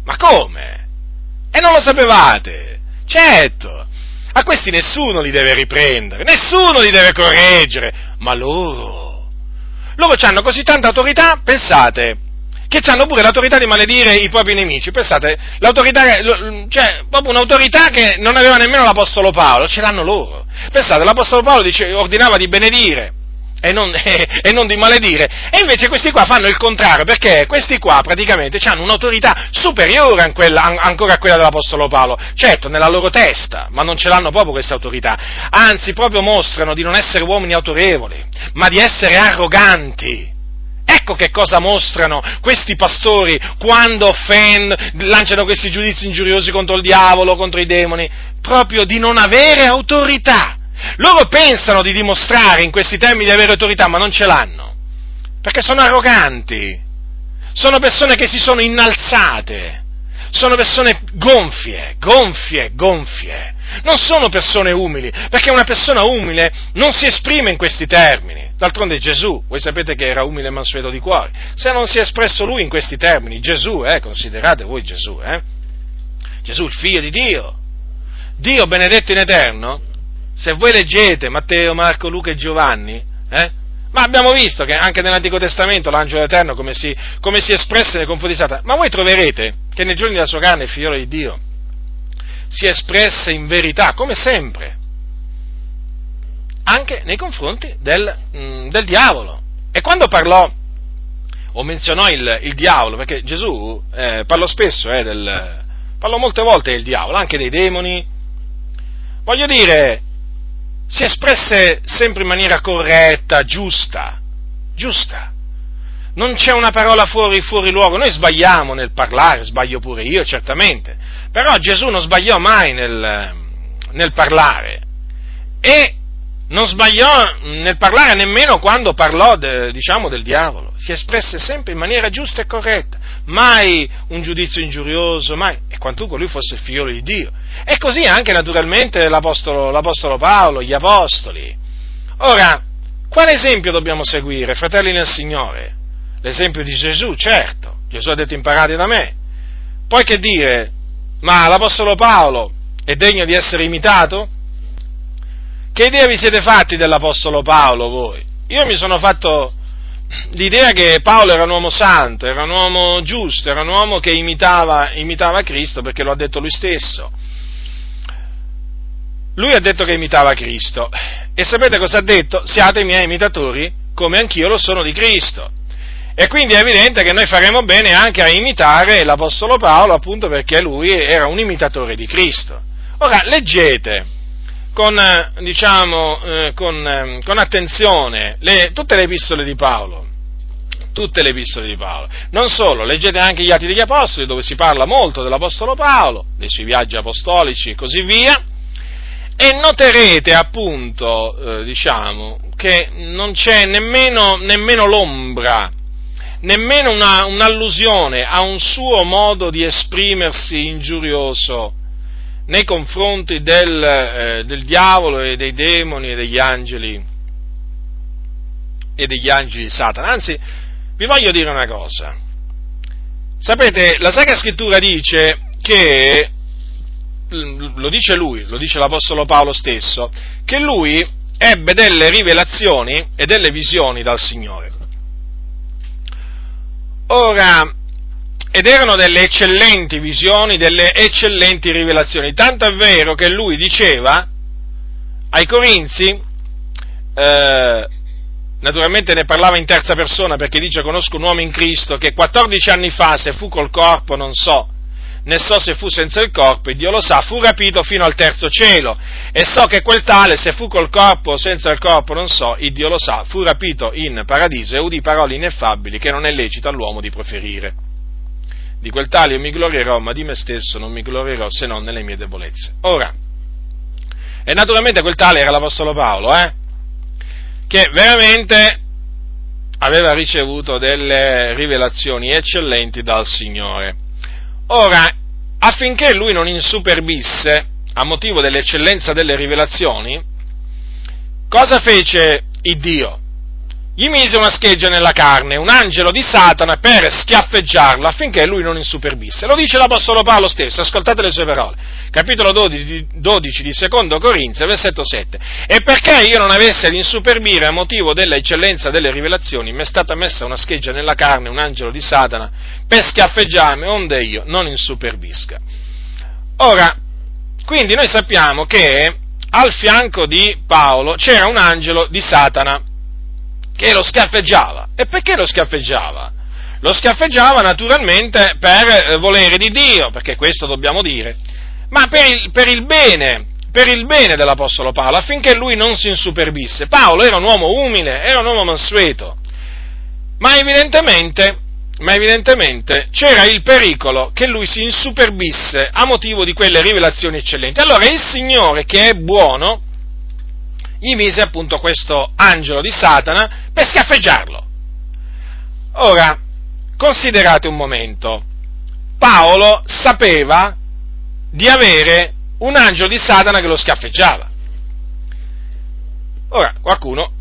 Ma come? E non lo sapevate? Certo! A questi nessuno li deve riprendere, nessuno li deve correggere, ma loro hanno così tanta autorità, pensate, che hanno pure l'autorità di maledire i propri nemici, pensate, l'autorità, cioè, proprio un'autorità che non aveva nemmeno l'Apostolo Paolo, ce l'hanno loro. Pensate, l'Apostolo Paolo ordinava di benedire, e non di maledire, e invece questi qua fanno il contrario, perché questi qua praticamente hanno un'autorità superiore ancora a quella dell'Apostolo Paolo, certo nella loro testa, ma non ce l'hanno proprio questa autorità, anzi proprio mostrano di non essere uomini autorevoli, ma di essere arroganti. Ecco che cosa mostrano questi pastori quando lanciano questi giudizi ingiuriosi contro il diavolo, contro i demoni, proprio di non avere autorità. Loro pensano di dimostrare in questi termini di avere autorità, ma non ce l'hanno, perché sono arroganti, sono persone che si sono innalzate, sono persone gonfie, non sono persone umili, perché una persona umile non si esprime in questi termini. D'altronde Gesù, voi sapete che era umile e mansueto di cuore, se non si è espresso lui in questi termini, Gesù, considerate voi Gesù, Gesù il figlio di Dio, Dio benedetto in eterno. Se voi leggete Matteo, Marco, Luca e Giovanni, ma abbiamo visto che anche nell'Antico Testamento l'angelo dell'Eterno come si espresse nei confronti di Satana, ma voi troverete che nei giorni della sua carne il figliolo di Dio si espresse in verità, come sempre, anche nei confronti del diavolo. E quando parlò, o menzionò il diavolo, perché Gesù parlò spesso, parlò molte volte del diavolo, anche dei demoni, voglio dire, si espresse sempre in maniera corretta, giusta. Non c'è una parola fuori luogo. Noi sbagliamo nel parlare, sbaglio pure io, certamente, però Gesù non sbagliò mai nel parlare, e non sbagliò nel parlare nemmeno quando parlò del diavolo. Si espresse sempre in maniera giusta e corretta, mai un giudizio ingiurioso, mai, e quantunque lui fosse il figliolo di Dio. E così anche naturalmente l'Apostolo Paolo, gli Apostoli. Ora, quale esempio dobbiamo seguire, fratelli nel Signore? L'esempio di Gesù, certo. Gesù ha detto: imparate da me. Poi che dire? Ma l'Apostolo Paolo è degno di essere imitato? Che idea vi siete fatti dell'Apostolo Paolo voi? Io mi sono fatto l'idea che Paolo era un uomo santo, era un uomo giusto, era un uomo che imitava Cristo, perché lo ha detto lui stesso. Lui ha detto che imitava Cristo, e sapete cosa ha detto? Siate miei imitatori come anch'io lo sono di Cristo. E quindi è evidente che noi faremo bene anche a imitare l'Apostolo Paolo, appunto perché lui era un imitatore di Cristo. Ora, leggete con attenzione tutte le epistole di Paolo. Non solo, leggete anche gli Atti degli Apostoli, dove si parla molto dell'Apostolo Paolo, dei suoi viaggi apostolici e così via, e noterete appunto, che non c'è nemmeno l'ombra, nemmeno un'allusione a un suo modo di esprimersi ingiurioso nei confronti del diavolo e dei demoni e degli angeli di Satana. Anzi, vi voglio dire una cosa. Sapete, la Sacra Scrittura dice che, lo dice l'Apostolo Paolo stesso, che lui ebbe delle rivelazioni e delle visioni dal Signore. Ora, ed erano delle eccellenti visioni, delle eccellenti rivelazioni, tanto è vero che lui diceva ai Corinzi, naturalmente ne parlava in terza persona, perché dice: conosco un uomo in Cristo che 14 anni fa, se fu col corpo non so, né so se fu senza il corpo, e Dio lo sa, fu rapito fino al terzo cielo, e so che quel tale, se fu col corpo o senza il corpo non so, il Dio lo sa, fu rapito in paradiso e udì parole ineffabili che non è lecito all'uomo di proferire. Di quel tale io mi glorierò, ma di me stesso non mi glorierò se non nelle mie debolezze. Ora, e naturalmente quel tale era l'Apostolo Paolo, che veramente aveva ricevuto delle rivelazioni eccellenti dal Signore. Ora, affinché lui non insuperbisse a motivo dell'eccellenza delle rivelazioni, cosa fece il Dio? gli mise una scheggia nella carne, un angelo di Satana, per schiaffeggiarlo affinché lui non insuperbisse. Lo dice l'Apostolo Paolo stesso, ascoltate le sue parole, capitolo 12 di Secondo Corinzi, versetto 7. E perché io non avessi ad insuperbire a motivo della eccellenza delle rivelazioni, mi è stata messa una scheggia nella carne, un angelo di Satana, per schiaffeggiarmi, onde io non insuperbisca. Ora, quindi noi sappiamo che al fianco di Paolo c'era un angelo di Satana che lo schiaffeggiava. E perché lo schiaffeggiava? Lo schiaffeggiava naturalmente per volere di Dio, perché questo dobbiamo dire, ma per il bene dell'Apostolo Paolo, affinché lui non si insuperbisse. Paolo era un uomo umile, era un uomo mansueto, ma evidentemente c'era il pericolo che lui si insuperbisse a motivo di quelle rivelazioni eccellenti. Allora il Signore, che è buono, gli mise appunto questo angelo di Satana per schiaffeggiarlo. Ora, considerate un momento, Paolo sapeva di avere un angelo di Satana che lo schiaffeggiava. Ora, qualcuno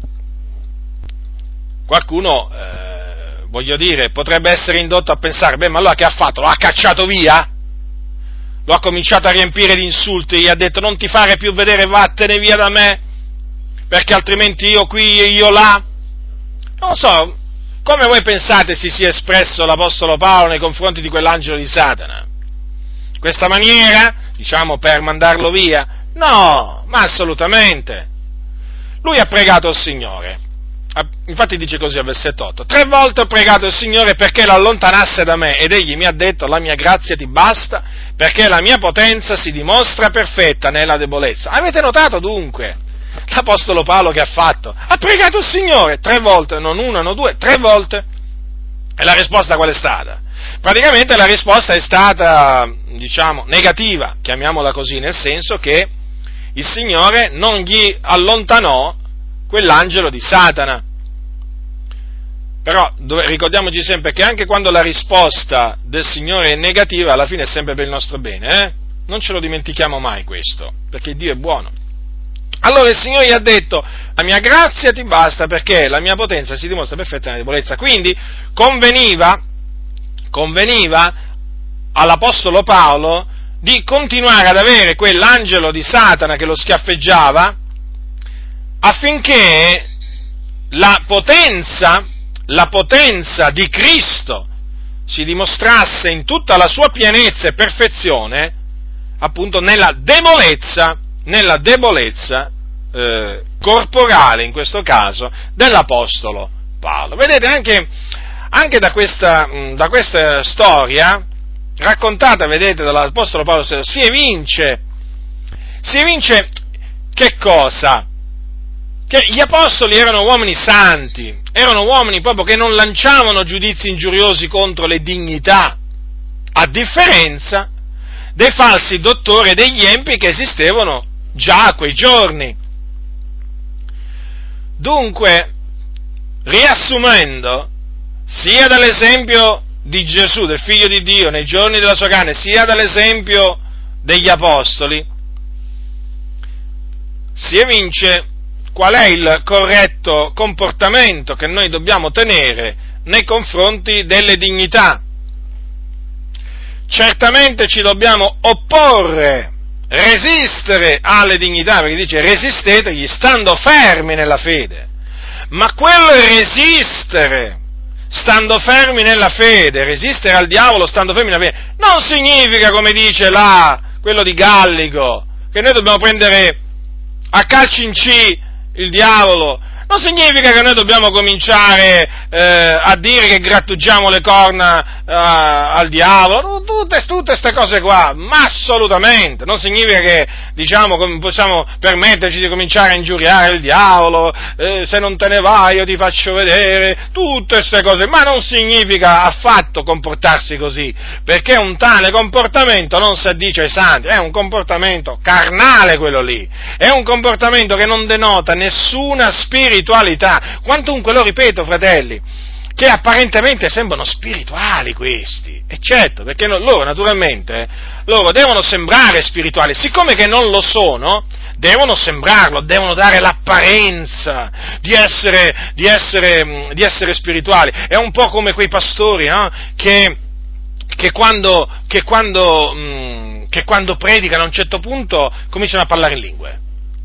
voglio dire, potrebbe essere indotto a pensare, ma allora che ha fatto? Lo ha cacciato via? Lo ha cominciato a riempire di insulti, gli ha detto non ti fare più vedere, vattene via da me, perché altrimenti io qui e io là? Non so, come voi pensate si sia espresso l'Apostolo Paolo nei confronti di quell'angelo di Satana? Questa maniera, diciamo, per mandarlo via? No, ma assolutamente. Lui ha pregato il Signore. Infatti dice così al versetto 8: 3 volte ho pregato il Signore perché lo allontanasse da me, ed egli mi ha detto: la mia grazia ti basta, perché la mia potenza si dimostra perfetta nella debolezza. Avete notato dunque l'Apostolo Paolo che ha fatto? Ha pregato il Signore 3 volte, non una, non due, 3 volte. E la risposta qual è stata? Praticamente la risposta è stata, diciamo, negativa, chiamiamola così, nel senso che il Signore non gli allontanò quell'angelo di Satana. Però ricordiamoci sempre che anche quando la risposta del Signore è negativa, alla fine è sempre per il nostro bene, Non ce lo dimentichiamo mai questo, perché Dio è buono. Allora il Signore gli ha detto: la mia grazia ti basta, perché la mia potenza si dimostra perfetta nella debolezza. Quindi conveniva all'Apostolo Paolo di continuare ad avere quell'angelo di Satana che lo schiaffeggiava, affinché la potenza di Cristo si dimostrasse in tutta la sua pienezza e perfezione, appunto nella debolezza corporale, in questo caso, dell'Apostolo Paolo. Vedete, anche da questa storia raccontata, vedete, dall'Apostolo Paolo si evince che cosa? Che gli apostoli erano uomini santi, erano uomini proprio che non lanciavano giudizi ingiuriosi contro le dignità, a differenza dei falsi dottori e degli empi che esistevano già a quei giorni. Dunque, riassumendo, sia dall'esempio di Gesù, del Figlio di Dio, nei giorni della sua carne, sia dall'esempio degli apostoli, si evince qual è il corretto comportamento che noi dobbiamo tenere nei confronti delle dignità. Certamente ci dobbiamo opporre, resistere alle dignità, perché dice resistetegli stando fermi nella fede. Ma quel resistere stando fermi nella fede, resistere al diavolo stando fermi nella fede, non significa, come dice là quello di Gallico, che noi dobbiamo prendere a calci in C il diavolo. Non significa che noi dobbiamo cominciare a dire che grattugiamo le corna al diavolo, tutte queste cose qua, ma assolutamente. Non significa che, diciamo, possiamo permetterci di cominciare a ingiuriare il diavolo, se non te ne vai io ti faccio vedere, tutte queste cose, ma non significa affatto comportarsi così, perché un tale comportamento non si addice ai santi, è un comportamento carnale quello lì, è un comportamento che non denota nessuna spiritualità. Quantunque, lo ripeto, fratelli, che apparentemente sembrano spirituali questi, e certo, perché loro naturalmente, loro devono sembrare spirituali, siccome che non lo sono, devono sembrarlo, devono dare l'apparenza di essere spirituali. È un po' come quei pastori, no? Che quando predicano a un certo punto cominciano a parlare in lingue.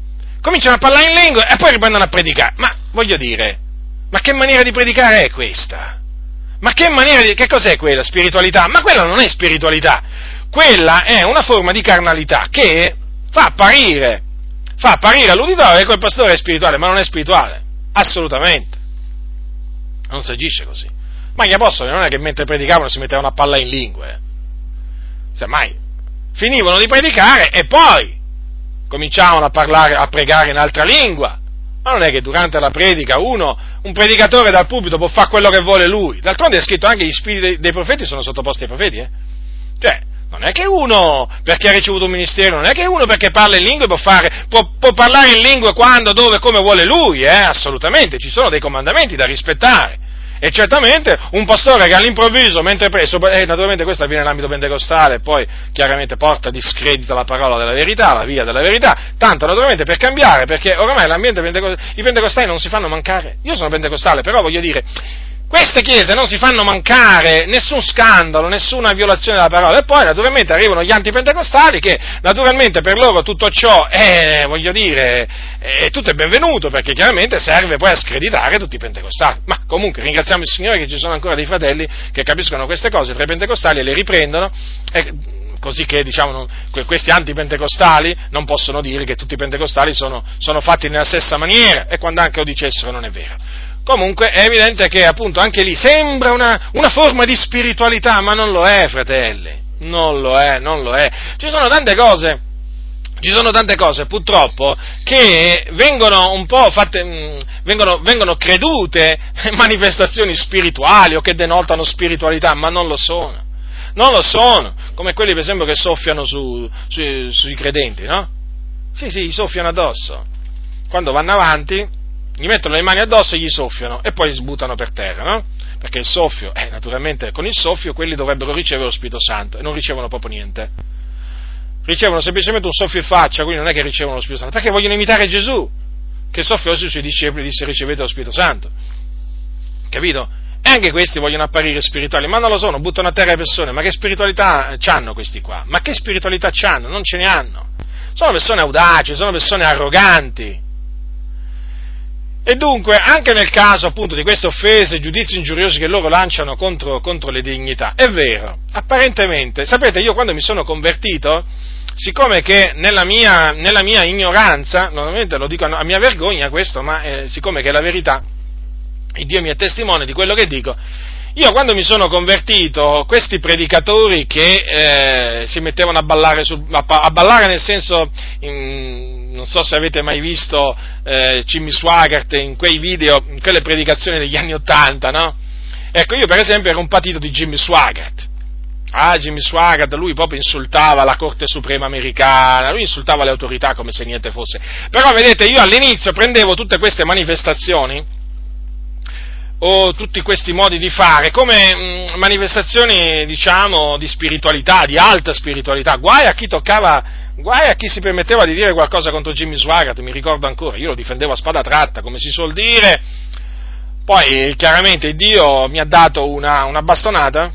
E poi riprendono a predicare. Ma voglio dire, ma che maniera di predicare è questa? Che cos'è quella spiritualità? Ma quella non è spiritualità, quella è una forma di carnalità che fa apparire all'uditorio che quel pastore è spirituale, ma non è spirituale, assolutamente. Non si agisce così. Ma gli apostoli non è che mentre predicavano si mettevano a parlare in lingue, semmai finivano di predicare e poi cominciavano a pregare in altra lingua. Ma non è che durante la predica un predicatore dal pulpito può fare quello che vuole lui. D'altronde è scritto anche che gli spiriti dei profeti sono sottoposti ai profeti, Cioè, non è che uno, perché ha ricevuto un ministero, non è che uno perché parla in lingue può parlare in lingue quando, dove, come vuole lui, assolutamente, ci sono dei comandamenti da rispettare. E certamente un pastore che all'improvviso, mentre naturalmente questo avviene nell'ambito pentecostale, poi chiaramente porta discredito alla parola della verità, alla via della verità, tanto naturalmente per cambiare, perché oramai l'ambiente i pentecostali non si fanno mancare. Io sono pentecostale, però voglio dire, queste chiese non si fanno mancare nessun scandalo, nessuna violazione della parola, e poi naturalmente arrivano gli antipentecostali che naturalmente per loro tutto ciò tutto è benvenuto, perché chiaramente serve poi a screditare tutti i pentecostali. Ma comunque ringraziamo il Signore che ci sono ancora dei fratelli che capiscono queste cose tra i pentecostali e le riprendono, così che questi antipentecostali non possono dire che tutti i pentecostali sono fatti nella stessa maniera, e quando anche lo dicessero non è vero. Comunque è evidente che appunto anche lì sembra una forma di spiritualità, ma non lo è, fratelli, non lo è. Ci sono tante cose purtroppo che vengono un po' fatte, vengono credute manifestazioni spirituali o che denotano spiritualità, ma non lo sono, come quelli per esempio che soffiano sui credenti, no? Sì, soffiano addosso, quando vanno avanti gli mettono le mani addosso e gli soffiano e poi li sbuttano per terra, no? Perché il soffio, naturalmente con il soffio quelli dovrebbero ricevere lo Spirito Santo e non ricevono proprio niente. Ricevono semplicemente un soffio in faccia, quindi non è che ricevono lo Spirito Santo, perché vogliono imitare Gesù, che soffiò sui suoi discepoli e disse: ricevete lo Spirito Santo. Capito? E anche questi vogliono apparire spirituali, ma non lo sono, buttano a terra le persone. Ma che spiritualità c'hanno questi qua? Ma che spiritualità c'hanno? Non ce ne hanno. Sono persone audaci, sono persone arroganti. E dunque, anche nel caso appunto di queste offese, giudizi ingiuriosi che loro lanciano contro le dignità, è vero, apparentemente, sapete, io quando mi sono convertito, siccome che nella mia ignoranza, normalmente lo dico a mia vergogna questo, ma siccome che è la verità, il Dio mi è testimone di quello che dico, io quando mi sono convertito, questi predicatori che si mettevano a ballare, a ballare nel senso, non so se avete mai visto Jimmy Swaggart in quei video, in quelle predicazioni degli anni '80, no? Ecco, io per esempio ero un patito di Jimmy Swaggart. Jimmy Swaggart, lui proprio insultava la Corte Suprema americana, lui insultava le autorità come se niente fosse. Però vedete, io all'inizio prendevo tutte queste manifestazioni, o tutti questi modi di fare, come manifestazioni, diciamo, di spiritualità, di alta spiritualità. Guai a chi si permetteva di dire qualcosa contro Jimmy Swaggart, mi ricordo ancora, io lo difendevo a spada tratta, come si suol dire. Poi, chiaramente, Dio mi ha dato una bastonata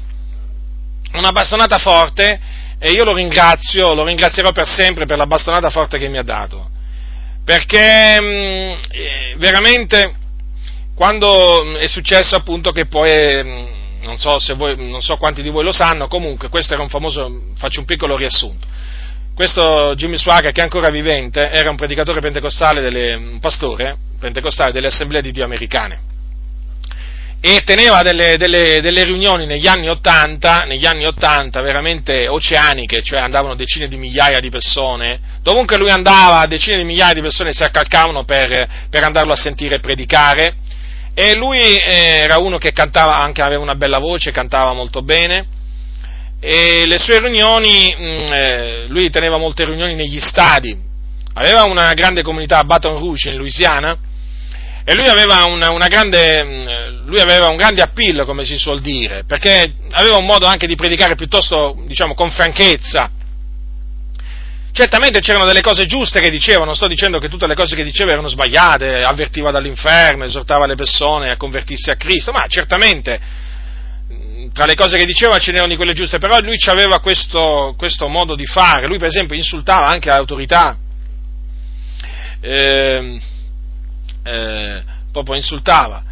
forte, e io lo ringrazierò per sempre per la bastonata forte che mi ha dato, perché veramente, quando è successo appunto che poi, non so quanti di voi lo sanno, comunque questo era faccio un piccolo riassunto. Questo Jimmy Swaggart, che è ancora vivente, era un predicatore pentecostale, un pastore pentecostale delle Assemblee di Dio americane, e teneva delle riunioni negli anni '80 veramente oceaniche, cioè andavano decine di migliaia di persone, dovunque lui andava decine di migliaia di persone si accalcavano per andarlo a sentire predicare. E lui era uno che cantava, anche aveva una bella voce, cantava molto bene, e le sue riunioni, lui teneva molte riunioni negli stadi, aveva una grande comunità a Baton Rouge in Louisiana, E lui aveva lui aveva un grande appeal, come si suol dire, perché aveva un modo anche di predicare piuttosto, diciamo, con franchezza. Certamente c'erano delle cose giuste che diceva, non sto dicendo che tutte le cose che diceva erano sbagliate, avvertiva dall'inferno, esortava le persone a convertirsi a Cristo, ma certamente tra le cose che diceva ce n'erano di quelle giuste, però lui aveva questo modo di fare. Lui per esempio insultava anche l'autorità, proprio insultava,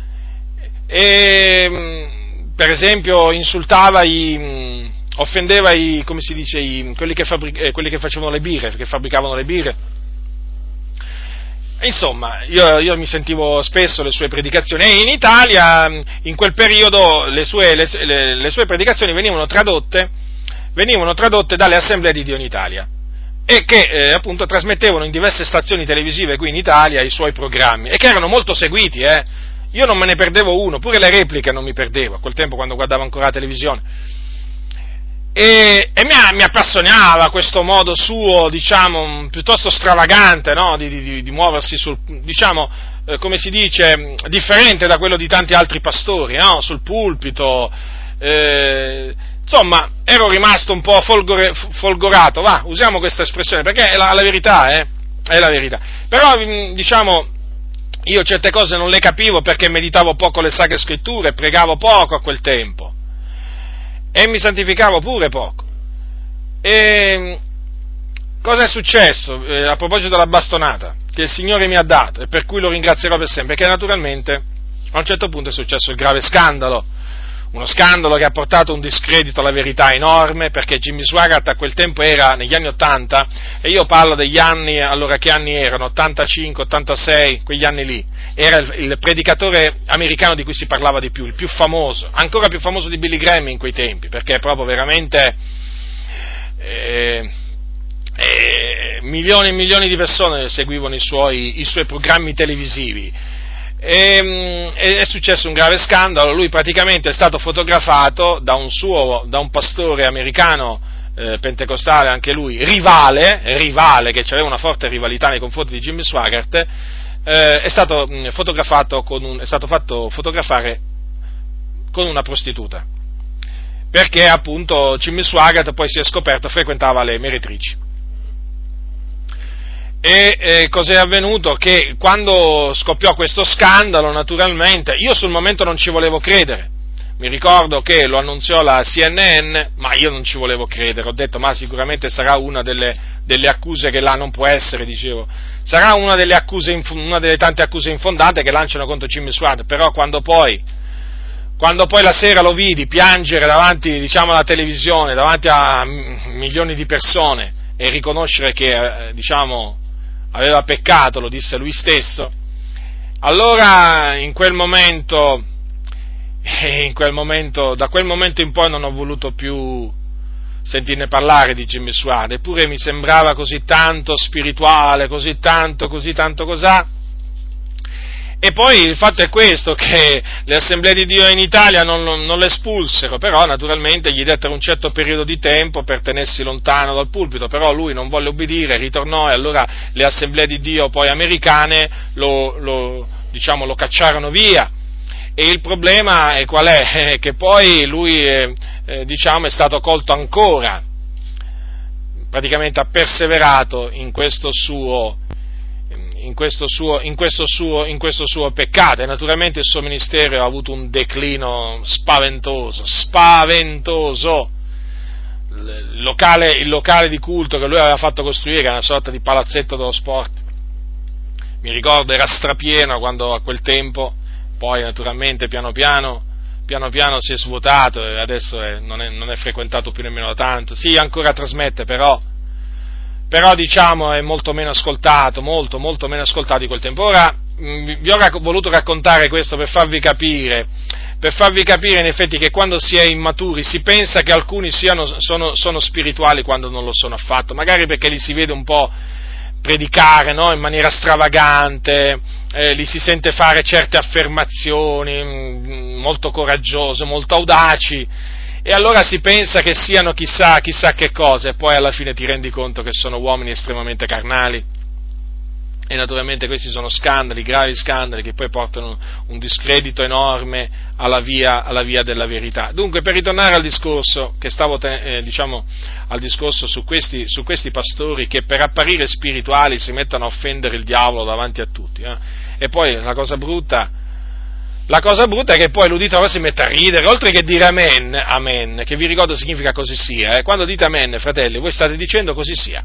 e per esempio offendeva come si dice, quelli che facevano le birre, che fabbricavano le birre. Insomma, io mi sentivo spesso le sue predicazioni, e in Italia in quel periodo le sue predicazioni venivano tradotte dalle Assemblee di Dio in Italia, e che appunto trasmettevano in diverse stazioni televisive qui in Italia i suoi programmi, e che erano molto seguiti, Io non me ne perdevo uno, pure le repliche non mi perdevo, a quel tempo quando guardavo ancora la televisione. E mi appassionava questo modo suo, diciamo, piuttosto stravagante, no? di muoversi come si dice, differente da quello di tanti altri pastori, no? Sul pulpito. Insomma, ero rimasto un po' folgorato, usiamo questa espressione, perché è la verità, è la verità. Però, diciamo, io certe cose non le capivo perché meditavo poco le Sacre Scritture, pregavo poco a quel tempo, e mi santificavo pure poco. E cosa è successo a proposito della bastonata che il Signore mi ha dato, e per cui lo ringrazierò per sempre? Che naturalmente a un certo punto è successo il grave scandalo, uno scandalo che ha portato un discredito alla verità enorme, perché Jimmy Swaggart a quel tempo era negli anni 80, e io parlo degli anni, allora che anni erano? 85, 86, quegli anni lì. Era il predicatore americano di cui si parlava di più, il più famoso, ancora più famoso di Billy Graham in quei tempi, perché proprio veramente milioni e milioni di persone seguivano i suoi programmi televisivi. È successo un grave scandalo. Lui praticamente è stato fotografato da un pastore americano pentecostale, anche lui rivale, che aveva una forte rivalità nei confronti di Jimmy Swaggart. È stato fatto fotografare con una prostituta, perché appunto Jimmy Swaggart poi si è scoperto frequentava le meretrici. E cos'è avvenuto? Che quando scoppiò questo scandalo, naturalmente, io sul momento non ci volevo credere. Mi ricordo che lo annunziò la CNN, ma io non ci volevo credere. Ho detto, ma sicuramente sarà una delle accuse che là non può essere, dicevo. Sarà una delle tante accuse infondate che lanciano contro Jimmy Swaggart. Però quando poi la sera lo vidi piangere davanti, diciamo, alla televisione, davanti a milioni di persone, e riconoscere che, diciamo, aveva peccato, lo disse lui stesso, allora da quel momento in poi non ho voluto più sentirne parlare di Jimmy Swaggart, eppure mi sembrava così tanto spirituale, così tanto cos'ha. E poi il fatto è questo, che le Assemblee di Dio in Italia non lo espulsero, però naturalmente gli dettero un certo periodo di tempo per tenersi lontano dal pulpito, però lui non volle obbedire, ritornò, e allora le Assemblee di Dio poi americane lo cacciarono via. E il problema è qual è? Che poi lui è stato colto ancora, praticamente ha perseverato in questo suo peccato, e naturalmente il suo ministero ha avuto un declino spaventoso. Il locale di culto che lui aveva fatto costruire era una sorta di palazzetto dello sport, mi ricordo, era strapieno quando a quel tempo, poi naturalmente piano piano si è svuotato, e adesso non è frequentato più nemmeno da tanto. Sì, ancora trasmette, però diciamo è molto meno ascoltato, molto meno ascoltato di quel tempo. Ora vi ho voluto raccontare questo per farvi capire in effetti che quando si è immaturi si pensa che alcuni sono spirituali quando non lo sono affatto, magari perché li si vede un po' predicare, no? In maniera stravagante, li si sente fare certe affermazioni molto coraggiose, molto audaci, e allora si pensa che siano chissà che cosa, e poi alla fine ti rendi conto che sono uomini estremamente carnali. E naturalmente questi sono scandali, gravi scandali, che poi portano un discredito enorme alla via della verità. Dunque, per ritornare al discorso che al discorso su questi pastori che per apparire spirituali si mettono a offendere il diavolo davanti a tutti. E poi la cosa brutta è che poi l'uditore si mette a ridere, oltre che dire amen, che vi ricordo significa così sia. Quando dite amen, fratelli, voi state dicendo così sia.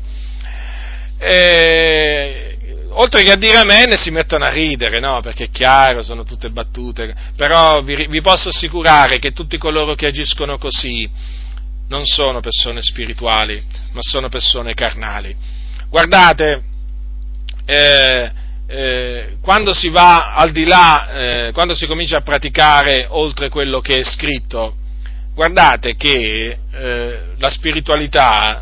Oltre che a dire amen si mettono a ridere, no? Perché è chiaro, sono tutte battute, però vi posso assicurare che tutti coloro che agiscono così non sono persone spirituali, ma sono persone carnali. Guardate, quando si va al di là, quando si comincia a praticare oltre quello che è scritto, guardate che la spiritualità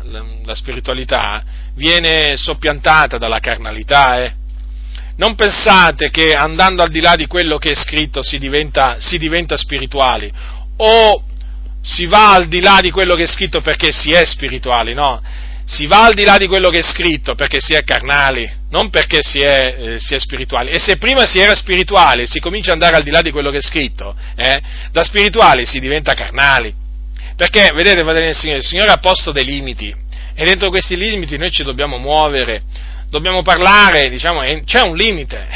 viene soppiantata dalla carnalità. Non pensate che andando al di là di quello che è scritto si diventa spirituali, o si va al di là di quello che è scritto perché si è spirituali, no? Si va al di là di quello che è scritto perché si è carnali, non perché si è spirituali. E se prima si era spirituali e si comincia ad andare al di là di quello che è scritto, da spirituali si diventa carnali. Perché, vedete, fratelli del Signore, il Signore ha posto dei limiti, e dentro questi limiti noi ci dobbiamo muovere, dobbiamo parlare, c'è un limite.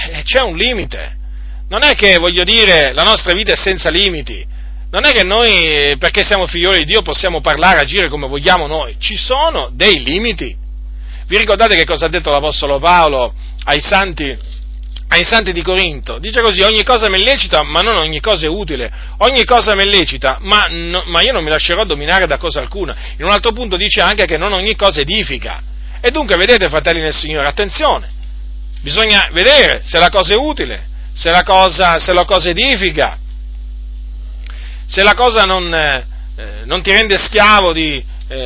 Non è che, voglio dire, la nostra vita è senza limiti. Non è che noi, perché siamo figlioli di Dio, possiamo parlare, agire come vogliamo noi. Ci sono dei limiti. Vi ricordate che cosa ha detto l'Apostolo Paolo ai santi di Corinto? Dice così: ogni cosa mi è lecita, ma non ogni cosa è utile. Ogni cosa mi è lecita, ma io non mi lascerò dominare da cosa alcuna. In un altro punto dice anche che non ogni cosa edifica. E dunque, vedete, fratelli nel Signore, attenzione. Bisogna vedere se la cosa è utile, se la cosa edifica. Se la cosa non ti rende schiavo di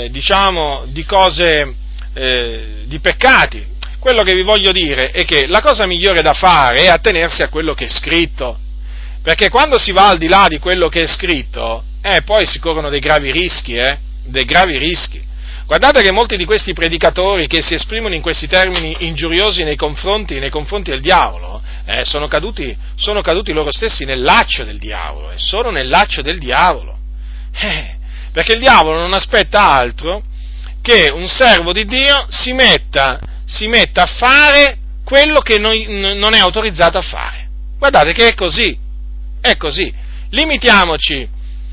cose, di peccati. Quello che vi voglio dire è che la cosa migliore da fare è attenersi a quello che è scritto, perché quando si va al di là di quello che è scritto, poi si corrono dei gravi rischi. Guardate che molti di questi predicatori che si esprimono in questi termini ingiuriosi nei confronti del diavolo, sono caduti loro stessi nel laccio del diavolo, sono nel laccio del diavolo, perché il diavolo non aspetta altro che un servo di Dio si metta a fare quello che non è autorizzato a fare. Guardate che è così. Limitiamoci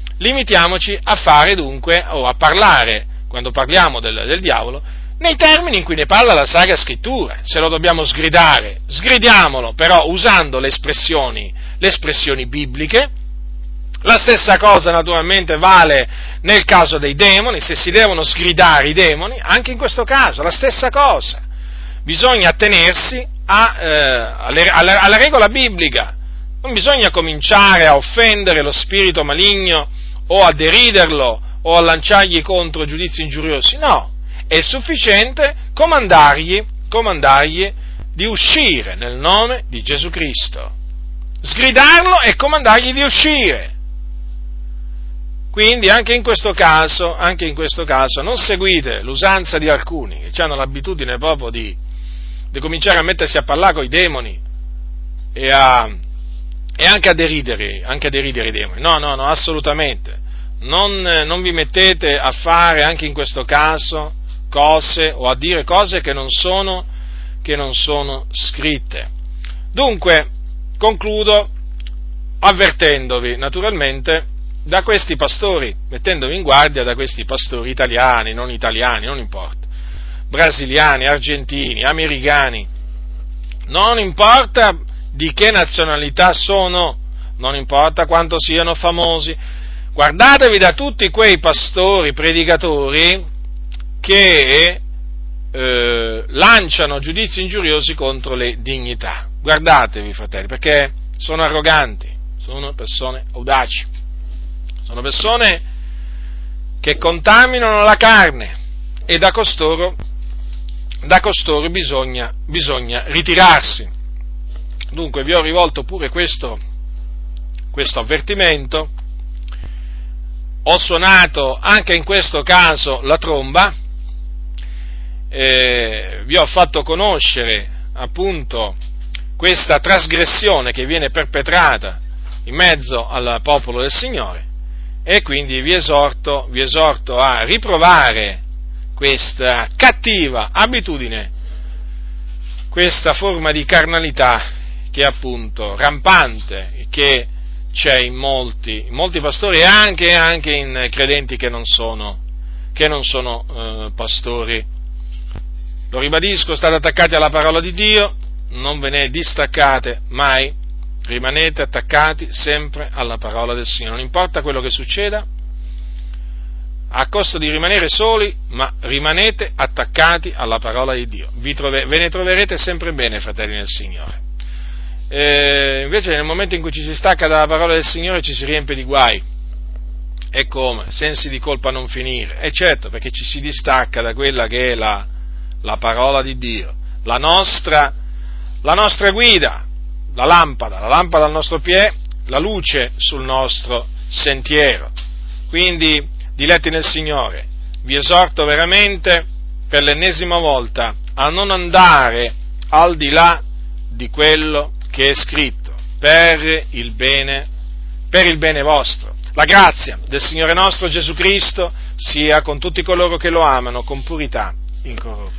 a fare dunque, o a parlare, quando parliamo del diavolo, nei termini in cui ne parla la Sacra Scrittura. Se lo dobbiamo sgridare, sgridiamolo, però usando le espressioni bibliche. La stessa cosa naturalmente vale nel caso dei demoni. Se si devono sgridare i demoni, anche in questo caso la stessa cosa. Bisogna attenersi alla regola biblica. Non bisogna cominciare a offendere lo spirito maligno o a deriderlo o a lanciargli contro giudizi ingiuriosi. No, è sufficiente comandargli di uscire nel nome di Gesù Cristo. Sgridarlo e comandargli di uscire. Quindi anche in questo caso non seguite l'usanza di alcuni che hanno l'abitudine proprio di cominciare a mettersi a parlare con i demoni e anche a deridere i demoni. No, assolutamente. Non vi mettete a fare anche in questo caso cose o a dire cose che non sono scritte. Dunque, concludo avvertendovi naturalmente da questi pastori, mettendovi in guardia da questi pastori italiani, non importa, brasiliani, argentini, americani, non importa di che nazionalità sono, non importa quanto siano famosi. Guardatevi da tutti quei pastori, predicatori che lanciano giudizi ingiuriosi contro le dignità. Guardatevi, fratelli, perché sono arroganti, sono persone audaci, sono persone che contaminano la carne, e da costoro bisogna ritirarsi. Dunque vi ho rivolto pure questo avvertimento. Ho suonato anche in questo caso la tromba, vi ho fatto conoscere appunto questa trasgressione che viene perpetrata in mezzo al popolo del Signore, e quindi vi esorto a riprovare questa cattiva abitudine, questa forma di carnalità che è appunto rampante, che c'è in molti pastori e anche in credenti che non sono pastori. Lo ribadisco, state attaccati alla parola di Dio, non ve ne distaccate mai, rimanete attaccati sempre alla parola del Signore, non importa quello che succeda, a costo di rimanere soli, ma rimanete attaccati alla parola di Dio, ve ne troverete sempre bene, fratelli nel Signore. Invece nel momento in cui ci si stacca dalla parola del Signore ci si riempie di guai, e come? Sensi di colpa a non finire, e certo, perché ci si distacca da quella che è la parola di Dio, la nostra guida, la lampada al nostro piede, la luce sul nostro sentiero. Quindi, diletti nel Signore, vi esorto veramente per l'ennesima volta a non andare al di là di quello che è scritto, per il bene vostro. La grazia del Signore nostro Gesù Cristo sia con tutti coloro che lo amano con purità incorrotta.